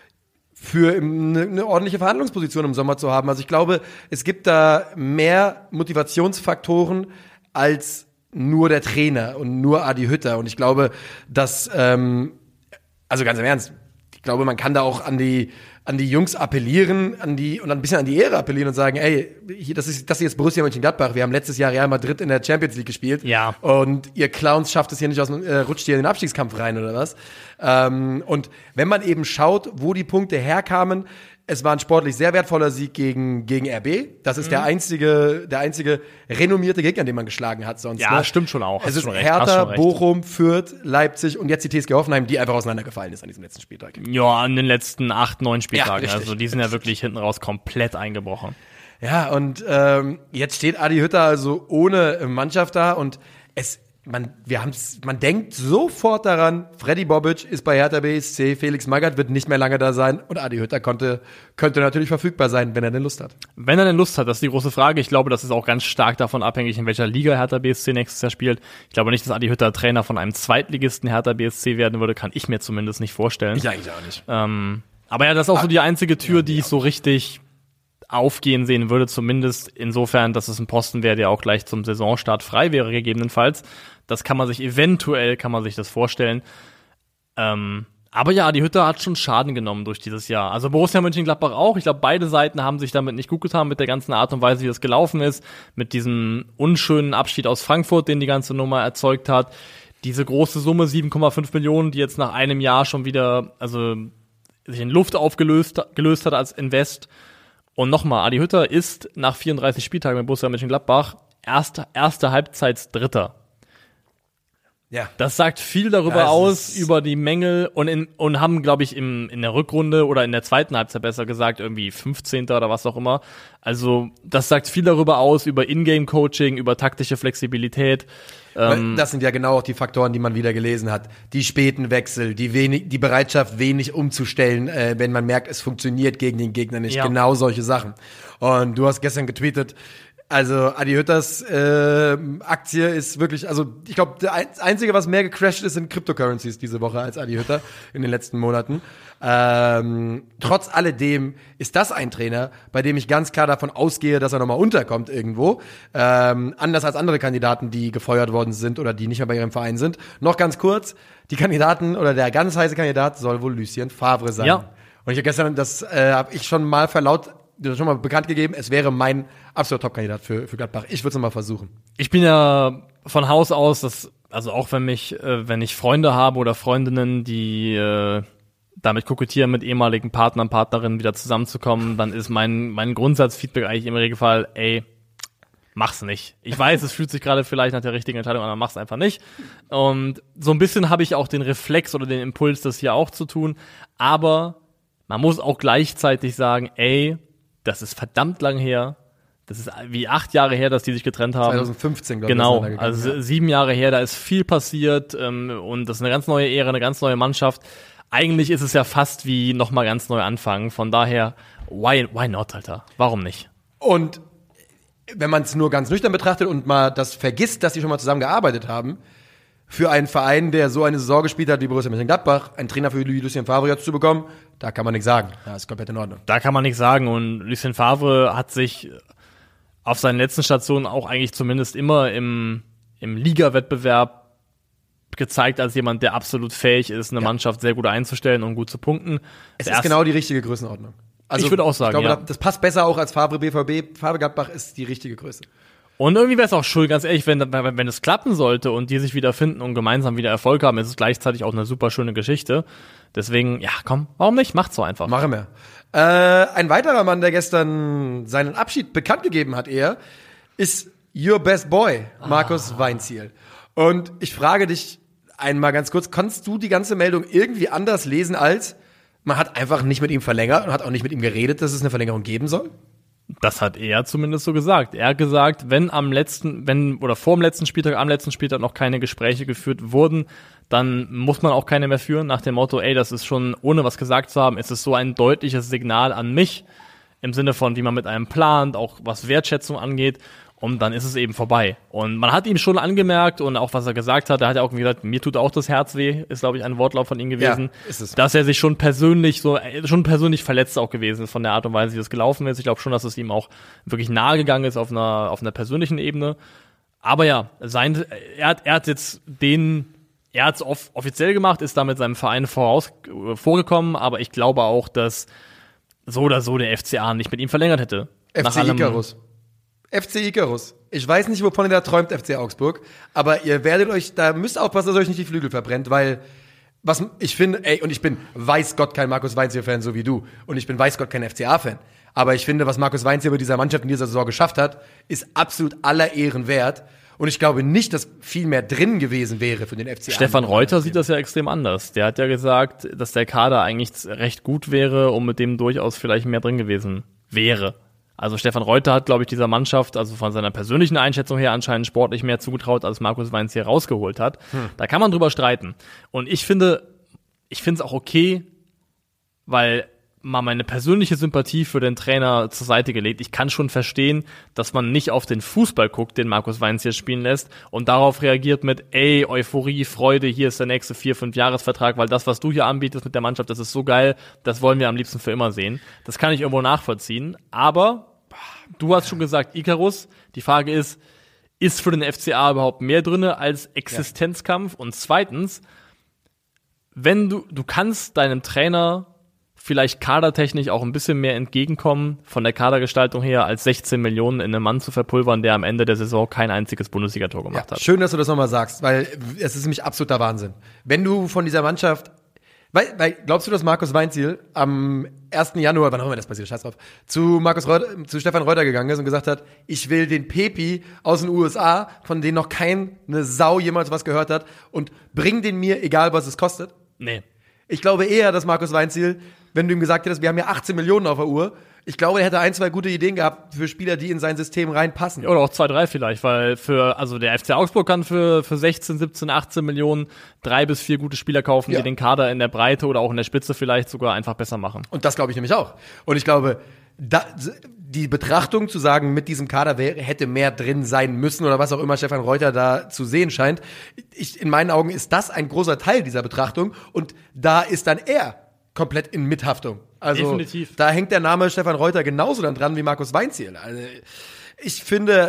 für eine, eine ordentliche Verhandlungsposition im Sommer zu haben. Also ich glaube, es gibt da mehr Motivationsfaktoren als nur der Trainer und nur Adi Hütter. Und ich glaube, dass, ähm, also ganz im Ernst, ich glaube, man kann da auch an die, an die Jungs appellieren, an die, und ein bisschen an die Ehre appellieren und sagen, ey, hier, das ist, das ist jetzt Borussia Mönchengladbach. Wir haben letztes Jahr Real Madrid in der Champions League gespielt. Ja. Und ihr Clowns schafft es hier nicht aus, äh, rutscht hier in den Abstiegskampf rein oder was. Ähm, und wenn man eben schaut, wo die Punkte herkamen, es war ein sportlich sehr wertvoller Sieg gegen, gegen R B. Das ist mhm. der einzige, der einzige renommierte Gegner, den man geschlagen hat sonst. Ja, ne? stimmt schon auch. Es Hast ist schon recht, Hertha, hast schon recht. Bochum, Fürth, Leipzig und jetzt die T S G Hoffenheim, die einfach auseinandergefallen ist an diesem letzten Spieltag. Ja, an den letzten acht, neun Spieltagen. Ja, richtig. Also die sind ja wirklich hinten raus komplett eingebrochen. Ja, und ähm, jetzt steht Adi Hütter also ohne Mannschaft da und es Man, wir haben's, man denkt sofort daran, Freddy Bobic ist bei Hertha B S C, Felix Magath wird nicht mehr lange da sein und Adi Hütter konnte, könnte natürlich verfügbar sein, wenn er denn Lust hat. Wenn er denn Lust hat, das ist die große Frage. Ich glaube, das ist auch ganz stark davon abhängig, in welcher Liga Hertha B S C nächstes Jahr spielt. Ich glaube nicht, dass Adi Hütter Trainer von einem Zweitligisten Hertha B S C werden würde, kann ich mir zumindest nicht vorstellen. Ich eigentlich auch nicht. Ähm, aber ja, das ist auch so die einzige Tür, die ich so richtig aufgehen sehen würde, zumindest insofern, dass es ein Posten wäre, der auch gleich zum Saisonstart frei wäre, gegebenenfalls. Das kann man sich eventuell, kann man sich das vorstellen. Ähm, Aber ja, die Hütte hat schon Schaden genommen durch dieses Jahr. Also Borussia Mönchengladbach auch. Ich glaube, beide Seiten haben sich damit nicht gut getan mit der ganzen Art und Weise, wie das gelaufen ist. Mit diesem unschönen Abschied aus Frankfurt, den die ganze Nummer erzeugt hat. Diese große Summe, sieben Komma fünf Millionen, die jetzt nach einem Jahr schon wieder, also sich in Luft aufgelöst gelöst hat als Invest. Und nochmal, Adi Hütter ist nach vierunddreißig Spieltagen mit Borussia Mönchengladbach erste, erste Halbzeit Dritter. Ja. Das sagt viel darüber ja, aus, über die Mängel und in, und haben, glaube ich, im, in der Rückrunde oder in der zweiten Halbzeit besser gesagt, irgendwie fünfzehnter oder was auch immer. Also, das sagt viel darüber aus, über Ingame-Coaching, über taktische Flexibilität. Ähm, das sind ja genau auch die Faktoren, die man wieder gelesen hat. Die späten Wechsel, die wenig, die Bereitschaft, wenig umzustellen, äh, wenn man merkt, es funktioniert gegen den Gegner nicht. Ja. Genau solche Sachen. Und du hast gestern getweetet, also Adi Hütters äh, Aktie ist wirklich, also ich glaube, das Einzige, was mehr gecrashed ist, sind Cryptocurrencies diese Woche als Adi Hütter in den letzten Monaten. Ähm, trotz alledem ist das ein Trainer, bei dem ich ganz klar davon ausgehe, dass er nochmal unterkommt irgendwo. Ähm, anders als andere Kandidaten, die gefeuert worden sind oder die nicht mehr bei ihrem Verein sind. Noch ganz kurz, die Kandidaten oder der ganz heiße Kandidat soll wohl Lucien Favre sein. Ja. Und ich habe gestern, das äh, habe ich schon mal verlaut schon mal bekannt gegeben, es wäre mein absoluter Top-Kandidat für, für Gladbach. Ich würde es nochmal versuchen. Ich bin ja von Haus aus, dass, also auch wenn mich, äh, wenn ich Freunde habe oder Freundinnen, die äh, damit kokettieren, mit ehemaligen Partnern, Partnerinnen wieder zusammenzukommen, dann ist mein mein Grundsatzfeedback eigentlich im Regelfall, ey, mach's nicht. Ich weiß, es fühlt sich gerade vielleicht nach der richtigen Entscheidung an, aber mach's einfach nicht. Und so ein bisschen habe ich auch den Reflex oder den Impuls, das hier auch zu tun. Aber man muss auch gleichzeitig sagen, ey, das ist verdammt lang her. Das ist wie acht Jahre her, dass die sich getrennt haben. zwanzig fünfzehn, glaube ich. Genau, ist also ja. sieben Jahre her, da ist viel passiert ähm, und das ist eine ganz neue Ära, eine ganz neue Mannschaft. Eigentlich ist es ja fast wie nochmal ganz neu anfangen. Von daher, why, why not, Alter? Warum nicht? Und wenn man es nur ganz nüchtern betrachtet und mal das vergisst, dass die schon mal zusammen gearbeitet haben, für einen Verein, der so eine Saison gespielt hat wie Borussia Mönchengladbach, einen Trainer für Lucien Favre jetzt zu bekommen, da kann man nichts sagen. Ja, ist komplett in Ordnung. Da kann man nichts sagen und Lucien Favre hat sich auf seinen letzten Stationen auch eigentlich zumindest immer im, im Liga-Wettbewerb gezeigt als jemand, der absolut fähig ist, eine ja. Mannschaft sehr gut einzustellen und gut zu punkten. Es der ist genau die richtige Größenordnung. Also, ich würde auch sagen, ich glaube, ja. das passt besser auch als Favre B V B. Favre Gladbach ist die richtige Größe. Und irgendwie wäre es auch schön, ganz ehrlich, wenn, wenn, wenn es klappen sollte und die sich wieder finden und gemeinsam wieder Erfolg haben, ist es gleichzeitig auch eine super schöne Geschichte. Deswegen, ja, komm, warum nicht? Macht's so einfach. Machen wir. Äh, ein weiterer Mann, der gestern seinen Abschied bekannt gegeben hat, eher, ist Your Best Boy, Markus ah. Weinzierl. Und ich frage dich einmal ganz kurz, kannst du die ganze Meldung irgendwie anders lesen als, man hat einfach nicht mit ihm verlängert und hat auch nicht mit ihm geredet, dass es eine Verlängerung geben soll? Das hat er zumindest so gesagt. Er hat gesagt, wenn am letzten, wenn oder vor dem letzten Spieltag, am letzten Spieltag noch keine Gespräche geführt wurden, dann muss man auch keine mehr führen, nach dem Motto, ey, das ist schon, ohne was gesagt zu haben, ist es so ein deutliches Signal an mich, im Sinne von, wie man mit einem plant, auch was Wertschätzung angeht, und dann ist es eben vorbei. Und man hat ihm schon angemerkt und auch was er gesagt hat, er hat ja auch gesagt, mir tut auch das Herz weh, ist glaube ich ein Wortlaut von ihm gewesen, ja, ist es. Dass er sich schon persönlich so, schon persönlich verletzt auch gewesen ist von der Art und Weise, wie das gelaufen ist. Ich glaube schon, dass es ihm auch wirklich nahe gegangen ist auf einer, auf einer persönlichen Ebene. Aber ja, sein, er hat, er hat jetzt den, er hat es off- offiziell gemacht, ist damit seinem Verein voraus, vorgekommen, aber ich glaube auch, dass so oder so der F C A nicht mit ihm verlängert hätte. F C Icarus. F C Icarus. Ich weiß nicht, wovon ihr da träumt, F C Augsburg, aber ihr werdet euch, da müsst aufpassen, dass euch nicht die Flügel verbrennt, weil, was ich finde, ey, und ich bin weiß Gott kein Markus Weinzierl-Fan, so wie du, und ich bin weiß Gott kein F C A-Fan, aber ich finde, was Markus Weinzierl bei dieser Mannschaft in dieser Saison geschafft hat, ist absolut aller Ehren wert, und ich glaube nicht, dass viel mehr drin gewesen wäre für den F C A. Stefan Reuter sieht das ja extrem anders. Der hat ja gesagt, dass der Kader eigentlich recht gut wäre und mit dem durchaus vielleicht mehr drin gewesen wäre. Also Stefan Reuter hat, glaube ich, dieser Mannschaft, also von seiner persönlichen Einschätzung her anscheinend sportlich mehr zugetraut, als Markus Weinzierl rausgeholt hat. Hm. Da kann man drüber streiten. Und ich finde, ich finde es auch okay, weil mal meine persönliche Sympathie für den Trainer zur Seite gelegt. Ich kann schon verstehen, dass man nicht auf den Fußball guckt, den Markus Weinzierl spielen lässt und darauf reagiert mit, ey, Euphorie, Freude, hier ist der nächste vier-, fünf-Jahres-Vertrag, weil das, was du hier anbietest mit der Mannschaft, das ist so geil, das wollen wir am liebsten für immer sehen. Das kann ich irgendwo nachvollziehen, aber du hast schon gesagt, Icarus, die Frage ist, ist für den F C A überhaupt mehr drinne als Existenzkampf? Ja. Und zweitens, wenn du, du kannst deinem Trainer vielleicht kadertechnisch auch ein bisschen mehr entgegenkommen von der Kadergestaltung her, als sechzehn Millionen in einen Mann zu verpulvern, der am Ende der Saison kein einziges Bundesligator gemacht Ja, hat. schön, dass du das nochmal sagst, weil es ist nämlich absoluter Wahnsinn. Wenn du von dieser Mannschaft, weil, weil glaubst du, dass Markus Weinzierl am ersten Januar, wann auch immer das passiert, scheiß drauf, zu Markus Reuter, zu Stefan Reuter gegangen ist und gesagt hat, ich will den Pepi aus den U S A, von dem noch keine Sau jemals was gehört hat, und bring den mir, egal was es kostet? Nee. Ich glaube eher, dass Markus Weinzierl, wenn du ihm gesagt hättest, wir haben ja achtzehn Millionen auf der Uhr, ich glaube, er hätte ein, zwei gute Ideen gehabt für Spieler, die in sein System reinpassen. Oder auch zwei, drei vielleicht, weil für, also der F C Augsburg kann für, für sechzehn, siebzehn, achtzehn Millionen drei bis vier gute Spieler kaufen, Ja. die den Kader in der Breite oder auch in der Spitze vielleicht sogar einfach besser machen. Und das glaube ich nämlich auch. Und ich glaube, da, die Betrachtung zu sagen, mit diesem Kader wäre, hätte mehr drin sein müssen oder was auch immer Stefan Reuter da zu sehen scheint, ich, in meinen Augen ist das ein großer Teil dieser Betrachtung, und da ist dann er komplett in Mithaftung. Also Definitiv. Da hängt der Name Stefan Reuter genauso dann dran wie Markus Weinzierl. Also ich finde,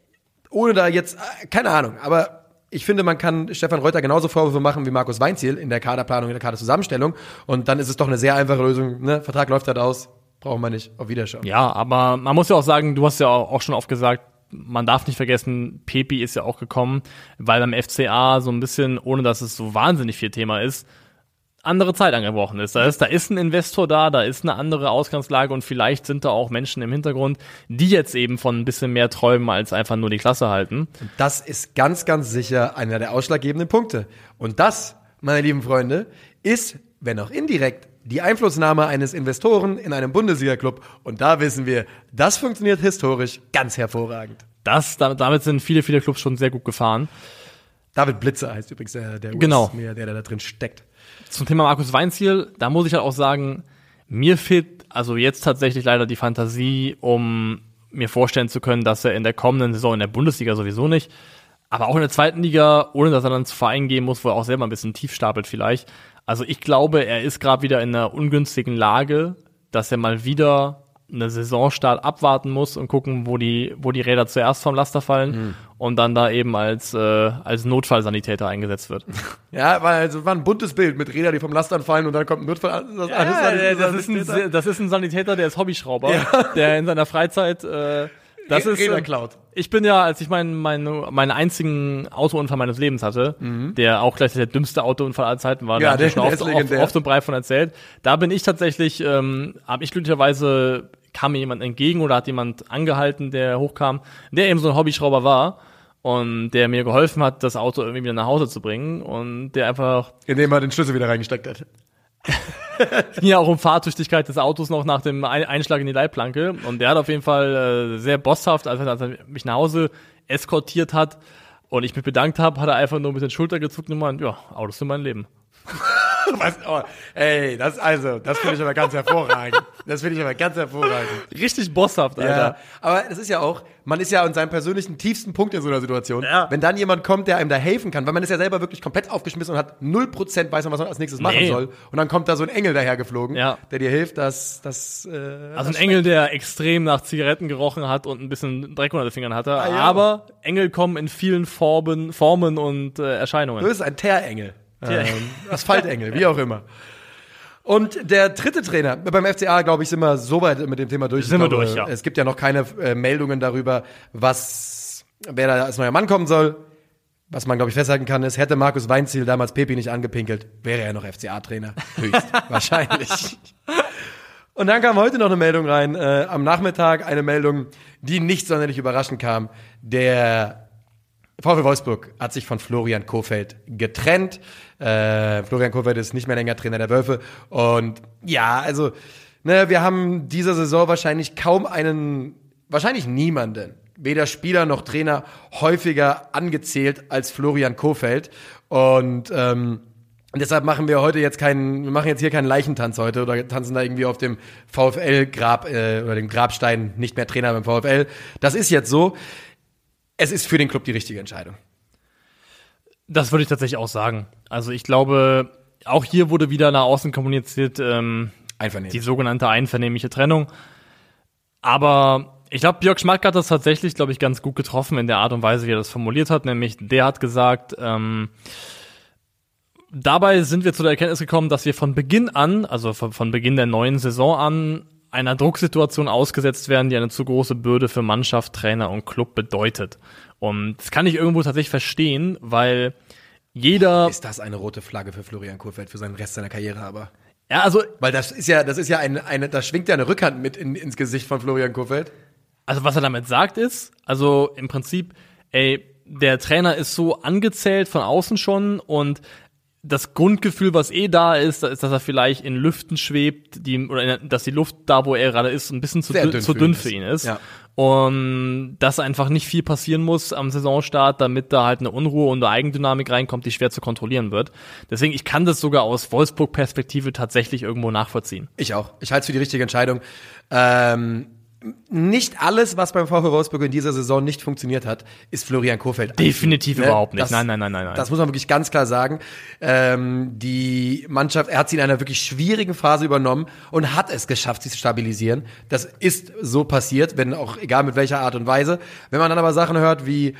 ohne da jetzt, keine Ahnung, aber ich finde, man kann Stefan Reuter genauso Vorwürfe machen wie Markus Weinzierl in der Kaderplanung, in der Kaderzusammenstellung, und dann ist es doch eine sehr einfache Lösung. Ne? Vertrag läuft halt aus, brauchen wir nicht, auf Wiederschauen. Ja, aber man muss ja auch sagen, du hast ja auch schon oft gesagt, man darf nicht vergessen, Pepi ist ja auch gekommen, weil beim F C A so ein bisschen, ohne dass es so wahnsinnig viel Thema ist, andere Zeit angebrochen ist. Da ist, da ist ein Investor da, da ist eine andere Ausgangslage, und vielleicht sind da auch Menschen im Hintergrund, die jetzt eben von ein bisschen mehr träumen, als einfach nur die Klasse halten. Das ist ganz, ganz sicher einer der ausschlaggebenden Punkte. Und das, meine lieben Freunde, ist, wenn auch indirekt, die Einflussnahme eines Investoren in einem Bundesliga-Club. Und da wissen wir, das funktioniert historisch ganz hervorragend. Das, damit sind viele, viele Clubs schon sehr gut gefahren. David Blitzer heißt übrigens der, der Genau. U S-Milliardär, der da drin steckt. Zum Thema Markus Weinzierl, da muss ich halt auch sagen, mir fehlt also jetzt tatsächlich leider die Fantasie, um mir vorstellen zu können, dass er in der kommenden Saison in der Bundesliga sowieso nicht, aber auch in der zweiten Liga, ohne dass er dann zu Vereinen gehen muss, wo er auch selber ein bisschen tief stapelt vielleicht. Also ich glaube, er ist gerade wieder in einer ungünstigen Lage, dass er mal wieder eine Saisonstart abwarten muss und gucken, wo die wo die Räder zuerst vom Laster fallen, mhm. und dann da eben als äh, als Notfallsanitäter eingesetzt wird. Ja, weil also war ein buntes Bild mit Rädern, die vom Laster fallen, und dann kommt ein Notfall. Das, Ja, alles, das, ist ein, das ist ein Sanitäter, der ist Hobbyschrauber, ja. der in seiner Freizeit äh, das ist Räder klaut. Ich bin ja, als ich meinen meinen meinen einzigen Autounfall meines Lebens hatte, mhm. der auch gleich der dümmste Autounfall aller Zeiten war, ja, da der, ich schon der oft, ist legendär. oft, oft und breit von erzählt. Da bin ich tatsächlich, ähm, habe ich glücklicherweise, kam mir jemand entgegen oder hat jemand angehalten, der hochkam, der eben so ein Hobbyschrauber war und der mir geholfen hat, das Auto irgendwie wieder nach Hause zu bringen, und der einfach, indem er den Schlüssel wieder reingesteckt hat. Es ging ja auch um Fahrtüchtigkeit des Autos noch nach dem Einschlag in die Leitplanke, und der hat auf jeden Fall äh, sehr bosshaft, als er, als er mich nach Hause eskortiert hat und ich mich bedankt habe, hat er einfach nur mit den Schultern gezuckt und gemeint, ja, Autos sind mein Leben. Was? Oh, ey, das also, das finde ich aber ganz hervorragend. Das finde ich aber ganz hervorragend. Richtig bosshaft, Alter. Ja, aber das ist ja auch, man ist ja an seinem persönlichen tiefsten Punkt in so einer Situation. Ja. Wenn dann jemand kommt, der einem da helfen kann, weil man ist ja selber wirklich komplett aufgeschmissen und hat null Prozent weiß man, was man als nächstes machen Nee. soll. Und dann kommt da so ein Engel dahergeflogen, Ja. der dir hilft, dass das äh, Also ein das Engel, der extrem nach Zigaretten gerochen hat und ein bisschen Dreck unter den Fingern hatte. Ah, ja. Aber Engel kommen in vielen Formen, Formen und äh, Erscheinungen. Du bist ein Teerengel. Teerengel. Ähm, Asphaltengel, wie auch immer. Und der dritte Trainer, beim F C A, glaube ich, sind wir so weit mit dem Thema durch. Sind ich wir glaube, durch, ja. Es gibt ja noch keine äh, Meldungen darüber, was, wer da als neuer Mann kommen soll. Was man, glaube ich, festhalten kann, ist, hätte Markus Weinzierl damals Pepi nicht angepinkelt, wäre er noch F C A-Trainer. Höchst wahrscheinlich. Und dann kam heute noch eine Meldung rein, äh, am Nachmittag eine Meldung, die nicht sonderlich überraschend kam. Der VfL Wolfsburg hat sich von Florian Kohfeldt getrennt. Äh, Florian Kohfeldt ist nicht mehr länger Trainer der Wölfe. Und ja, also, ne, wir haben dieser Saison wahrscheinlich kaum einen, wahrscheinlich niemanden, weder Spieler noch Trainer, häufiger angezählt als Florian Kohfeldt. Und ähm, und deshalb machen wir heute jetzt keinen, wir machen jetzt hier keinen Leichentanz heute oder tanzen da irgendwie auf dem VfL-Grab äh, oder dem Grabstein, nicht mehr Trainer beim VfL. Das ist jetzt so. Es ist für den Club die richtige Entscheidung. Das würde ich tatsächlich auch sagen. Also ich glaube, auch hier wurde wieder nach außen kommuniziert, ähm, Einvernehmen. die sogenannte einvernehmliche Trennung. Aber ich glaube, Jörg Schmatke hat das tatsächlich, glaube ich, ganz gut getroffen in der Art und Weise, wie er das formuliert hat. Nämlich, der hat gesagt, ähm, dabei sind wir zu der Erkenntnis gekommen, dass wir von Beginn an, also von, von Beginn der neuen Saison an, einer Drucksituation ausgesetzt werden, die eine zu große Bürde für Mannschaft, Trainer und Club bedeutet. Und das kann ich irgendwo tatsächlich verstehen, weil jeder... Ist das eine rote Flagge für Florian Kohfeldt für seinen Rest seiner Karriere, aber... Ja, also... Weil das ist ja, das ist ja eine, eine da schwingt ja eine Rückhand mit in, ins Gesicht von Florian Kohfeldt. Also was er damit sagt ist, also im Prinzip, ey, der Trainer ist so angezählt von außen schon und das Grundgefühl, was eh da ist, ist, dass er vielleicht in Lüften schwebt, die, oder dass die Luft da, wo er gerade ist, ein bisschen zu dünn, dünn, zu dünn für ihn ist. Ja. Und dass einfach nicht viel passieren muss am Saisonstart, damit da halt eine Unruhe und eine Eigendynamik reinkommt, die schwer zu kontrollieren wird. Deswegen, ich kann das sogar aus Wolfsburg-Perspektive tatsächlich irgendwo nachvollziehen. Ich auch. Ich halte es für die richtige Entscheidung. Ähm Nicht alles, was beim VfL Wolfsburg in dieser Saison nicht funktioniert hat, ist Florian Kohfeldt. Definitiv ne? überhaupt nicht. Das, nein, nein, nein, nein, nein. Das muss man wirklich ganz klar sagen. Ähm, die Mannschaft, er hat sie in einer wirklich schwierigen Phase übernommen und hat es geschafft, sie zu stabilisieren. Das ist so passiert, wenn auch egal mit welcher Art und Weise. Wenn man dann aber Sachen hört wie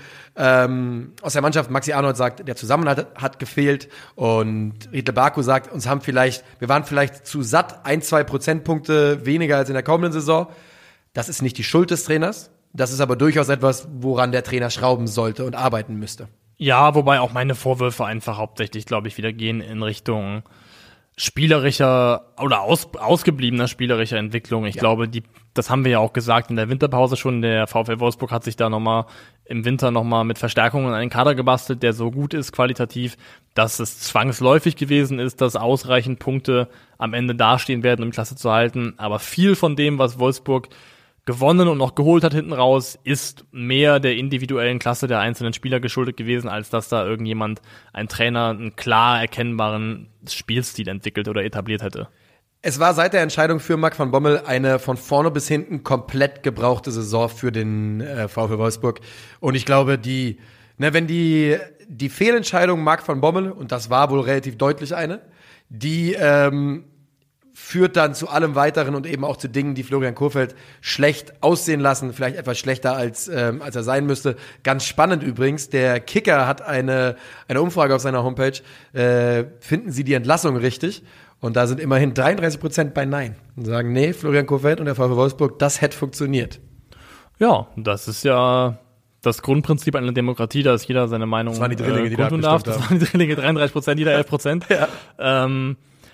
ähm, aus der Mannschaft, Maxi Arnold sagt, der Zusammenhalt hat gefehlt und Riedle Baku sagt, uns haben vielleicht, wir waren vielleicht zu satt, ein, zwei Prozentpunkte weniger als in der kommenden Saison. Das ist nicht die Schuld des Trainers. Das ist aber durchaus etwas, woran der Trainer schrauben sollte und arbeiten müsste. Ja, wobei auch meine Vorwürfe einfach hauptsächlich, glaube ich, wieder gehen in Richtung spielerischer oder aus, ausgebliebener spielerischer Entwicklung. Ich ja. glaube, die, das haben wir ja auch gesagt in der Winterpause schon. Der VfL Wolfsburg hat sich da nochmal im Winter nochmal mit Verstärkungen einen Kader gebastelt, der so gut ist qualitativ, dass es zwangsläufig gewesen ist, dass ausreichend Punkte am Ende dastehen werden, um die Klasse zu halten. Aber viel von dem, was Wolfsburg gewonnen und noch geholt hat hinten raus, ist mehr der individuellen Klasse der einzelnen Spieler geschuldet gewesen, als dass da irgendjemand, ein Trainer, einen klar erkennbaren Spielstil entwickelt oder etabliert hätte. Es war seit der Entscheidung für Marc van Bommel eine von vorne bis hinten komplett gebrauchte Saison für den äh, VfL Wolfsburg. Und ich glaube, die, ne, wenn die, die Fehlentscheidung Marc van Bommel, und das war wohl relativ deutlich eine, die, ähm, führt dann zu allem Weiteren und eben auch zu Dingen, die Florian Kohfeldt schlecht aussehen lassen, vielleicht etwas schlechter als ähm, als er sein müsste. Ganz spannend übrigens, der Kicker hat eine eine Umfrage auf seiner Homepage, äh, finden Sie die Entlassung richtig? Und da sind immerhin dreiunddreißig Prozent bei Nein und sagen, nee, Florian Kohfeldt und der VfL Wolfsburg, das hätte funktioniert. Ja, das ist ja das Grundprinzip einer Demokratie, dass jeder seine Meinung das waren die Drillinge, äh, die da kundtun darf. Das waren die Drillinge, dreiunddreißig Prozent, jeder elf Prozent. ja. Ähm,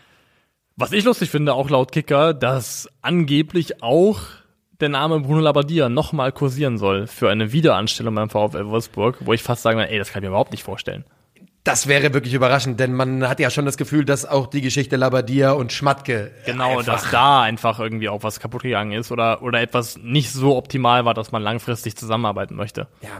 Was ich lustig finde, auch laut Kicker, dass angeblich auch der Name Bruno Labbadia nochmal kursieren soll für eine Wiederanstellung beim VfL Wolfsburg, wo ich fast sagen würde, ey, das kann ich mir überhaupt nicht vorstellen. Das wäre wirklich überraschend, denn man hat ja schon das Gefühl, dass auch die Geschichte Labbadia und Schmatke Genau, dass da einfach irgendwie auch was kaputt gegangen ist oder, oder etwas nicht so optimal war, dass man langfristig zusammenarbeiten möchte. Ja,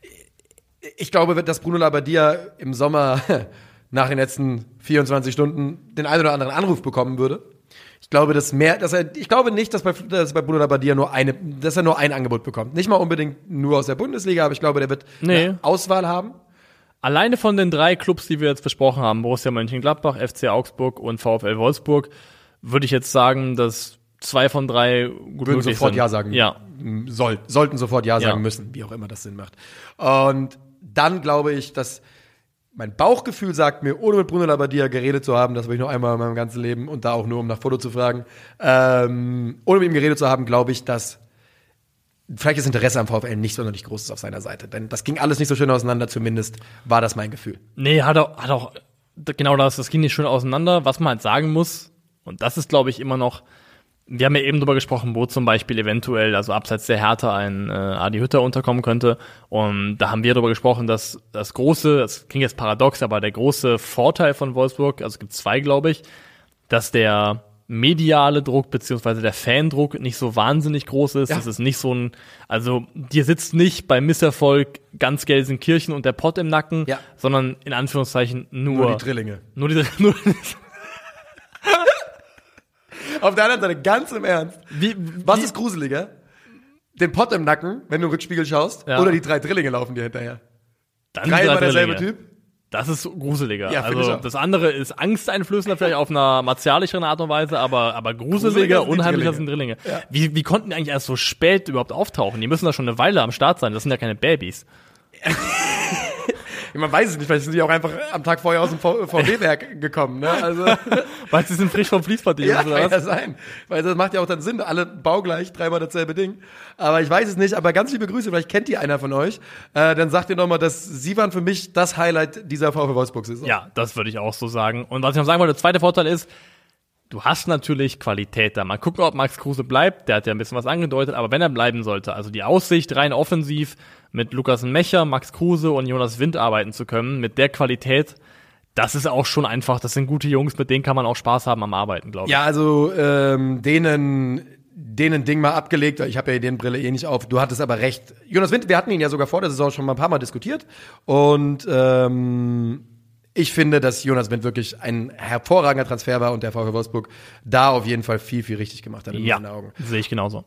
ich glaube, dass Bruno Labbadia im Sommer nach den letzten vierundzwanzig Stunden den einen oder anderen Anruf bekommen würde. Ich glaube, dass mehr, dass er, ich glaube nicht, dass bei, dass bei Bruno Labbadia nur eine, dass er nur ein Angebot bekommt. Nicht mal unbedingt nur aus der Bundesliga, aber ich glaube, der wird nee. eine Auswahl haben. Alleine von den drei Clubs, die wir jetzt besprochen haben, Borussia Mönchengladbach, F C Augsburg und VfL Wolfsburg, würde ich jetzt sagen, dass zwei von drei gut würden sofort sind. Ja sagen. Ja. Soll, sollten sofort Ja sagen ja. müssen, wie auch immer das Sinn macht. Und dann glaube ich, dass mein Bauchgefühl sagt mir, ohne mit Bruno Labbadia geredet zu haben, das will ich noch einmal in meinem ganzen Leben und da auch nur, um nach Foto zu fragen, ähm, ohne mit ihm geredet zu haben, glaube ich, dass vielleicht das Interesse am VfL nicht sonderlich groß ist auf seiner Seite. Denn das ging alles nicht so schön auseinander, zumindest war das mein Gefühl. Nee, hat auch, hat auch genau das, das ging nicht schön auseinander. Was man halt sagen muss, und das ist, glaube ich, immer noch, wir haben ja eben drüber gesprochen, wo zum Beispiel eventuell, also abseits der Hertha, ein äh, Adi Hütter unterkommen könnte. Und da haben wir darüber gesprochen, dass das große, das klingt jetzt paradox, aber der große Vorteil von Wolfsburg, also es gibt zwei, glaube ich, dass der mediale Druck beziehungsweise der Fandruck nicht so wahnsinnig groß ist. Ja. Das ist nicht so ein, also dir sitzt nicht bei Misserfolg ganz Gelsenkirchen und der Pott im Nacken, ja. sondern in Anführungszeichen nur, nur die Drillinge. Nur die Drillinge. Auf der anderen Seite, ganz im Ernst. Wie, wie, Was ist gruseliger? Den Pott im Nacken, wenn du im Rückspiegel schaust, ja. oder die drei Drillinge laufen dir hinterher? Dann drei immer derselbe Typ? Das ist gruseliger. Ja, also das andere ist angsteinflößender, vielleicht auf einer martialischeren Art und Weise, aber, aber gruseliger, unheimlicher sind Drillinge. Ja. Wie, wie konnten die eigentlich erst so spät überhaupt auftauchen? Die müssen da schon eine Weile am Start sein, das sind ja keine Babys. Man weiß es nicht, vielleicht sind die auch einfach am Tag vorher aus dem V W-Werk gekommen, ne? Also. Weil sie sind frisch vom Fließband, die Ja, Jungs, oder kann was? ja sein. Weil das macht ja auch dann Sinn, alle baugleich, dreimal dasselbe Ding. Aber ich weiß es nicht, aber ganz liebe Grüße, vielleicht kennt die einer von euch. Äh, dann sagt ihr nochmal, dass sie waren für mich das Highlight dieser VfL Wolfsburg-Saison. Ja, das würde ich auch so sagen. Und was ich noch sagen wollte, der zweite Vorteil ist, du hast natürlich Qualität da. Mal gucken, ob Max Kruse bleibt. Der hat ja ein bisschen was angedeutet. Aber wenn er bleiben sollte, also die Aussicht rein offensiv mit Lukas Mecher, Max Kruse und Jonas Wind arbeiten zu können, mit der Qualität, das ist auch schon einfach, das sind gute Jungs, mit denen kann man auch Spaß haben am Arbeiten, glaube ich. Ja, also ähm, denen denen Ding mal abgelegt, ich habe ja den Brille eh nicht auf, du hattest aber recht. Jonas Wind, wir hatten ihn ja sogar vor der Saison schon mal ein paar Mal diskutiert und ähm, ich finde, dass Jonas Wind wirklich ein hervorragender Transfer war und der VfL Wolfsburg da auf jeden Fall viel, viel richtig gemacht hat in Ja, meinen Augen. sehe ich genauso.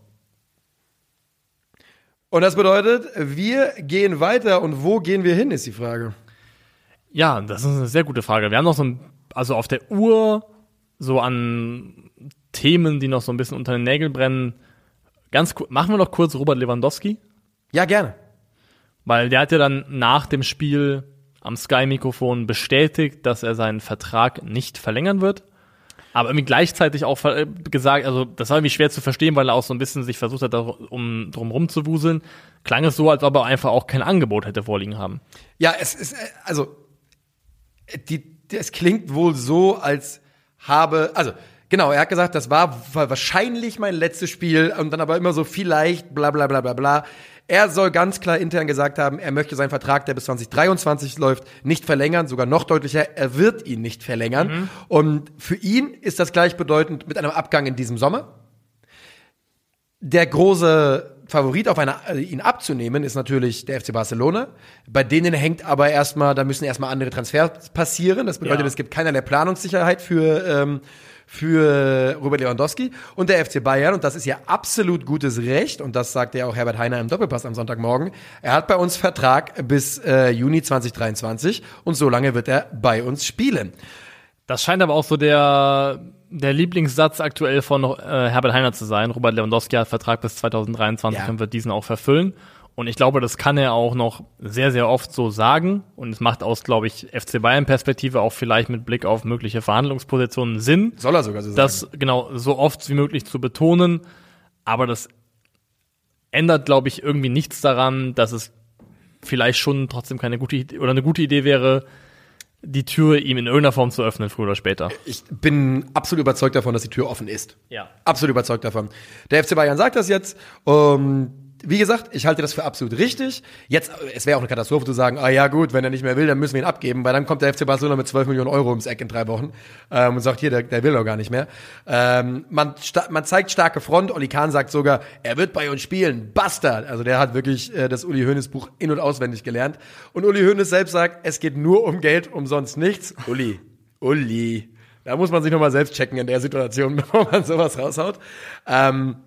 Und das bedeutet, wir gehen weiter und wo gehen wir hin, ist die Frage. Ja, das ist eine sehr gute Frage. Wir haben noch so ein, also auf der Uhr so an Themen, die noch so ein bisschen unter den Nägeln brennen. Ganz kurz, machen wir noch kurz Robert Lewandowski, Ja, gerne. weil der hat ja dann nach dem Spiel am Sky-Mikrofon bestätigt, dass er seinen Vertrag nicht verlängern wird. Aber irgendwie gleichzeitig auch ver- gesagt, also das war irgendwie schwer zu verstehen, weil er auch so ein bisschen sich versucht hat, da um drum rumzuwuseln. Klang es so, als ob er einfach auch kein Angebot hätte vorliegen haben. Ja, es ist, äh, also, die, es klingt wohl so, als habe, also, genau, er hat gesagt, das war wahrscheinlich mein letztes Spiel und dann aber immer so vielleicht, bla, bla, bla, bla, bla. Er soll ganz klar intern gesagt haben, er möchte seinen Vertrag, der bis zwanzig dreiundzwanzig läuft, nicht verlängern, sogar noch deutlicher, er wird ihn nicht verlängern. Mhm. Und für ihn ist das gleichbedeutend mit einem Abgang in diesem Sommer. Der große Favorit auf eine, also ihn abzunehmen, ist natürlich der F C Barcelona. Bei denen hängt aber erstmal, da müssen erstmal andere Transfers passieren. Das bedeutet, Ja. es gibt keinerlei Planungssicherheit für, ähm, für Robert Lewandowski. Und der F C Bayern, und das ist ja absolut gutes Recht, und das sagt ja auch Herbert Heiner im Doppelpass am Sonntagmorgen, er hat bei uns Vertrag bis äh, Juni zwanzig dreiundzwanzig und so lange wird er bei uns spielen. Das scheint aber auch so der, der Lieblingssatz aktuell von äh, Herbert Heiner zu sein. Robert Lewandowski hat Vertrag bis zwanzig dreiundzwanzig Ja. und wird diesen auch verfüllen. Und ich glaube, das kann er auch noch sehr, sehr oft so sagen. Und es macht aus, glaube ich, F C Bayern-Perspektive auch vielleicht mit Blick auf mögliche Verhandlungspositionen Sinn, Soll er sogar so sagen. das genau so oft wie möglich zu betonen. Aber das ändert, glaube ich, irgendwie nichts daran, dass es vielleicht schon trotzdem keine gute Idee oder eine gute Idee wäre, die Tür ihm in irgendeiner Form zu öffnen, früher oder später. Ich bin absolut überzeugt davon, dass die Tür offen ist. Ja. Absolut überzeugt davon. Der F C Bayern sagt das jetzt. Um, wie gesagt, ich halte das für absolut richtig. Jetzt, es wäre auch eine Katastrophe zu sagen, ah ja gut, wenn er nicht mehr will, dann müssen wir ihn abgeben, weil dann kommt der F C Barcelona mit zwölf Millionen Euro ums Eck in drei Wochen ähm, und sagt, hier, der, der will doch gar nicht mehr. Ähm, man, sta- man zeigt starke Front. Oli Kahn sagt sogar, er wird bei uns spielen. Bastard. Also der hat wirklich äh, das Uli Hoeneß Buch in- und auswendig gelernt. Und Uli Hoeneß selbst sagt, es geht nur um Geld, um sonst nichts. Uli, Uli. Da muss man sich nochmal selbst checken in der Situation, bevor man sowas raushaut. Ähm,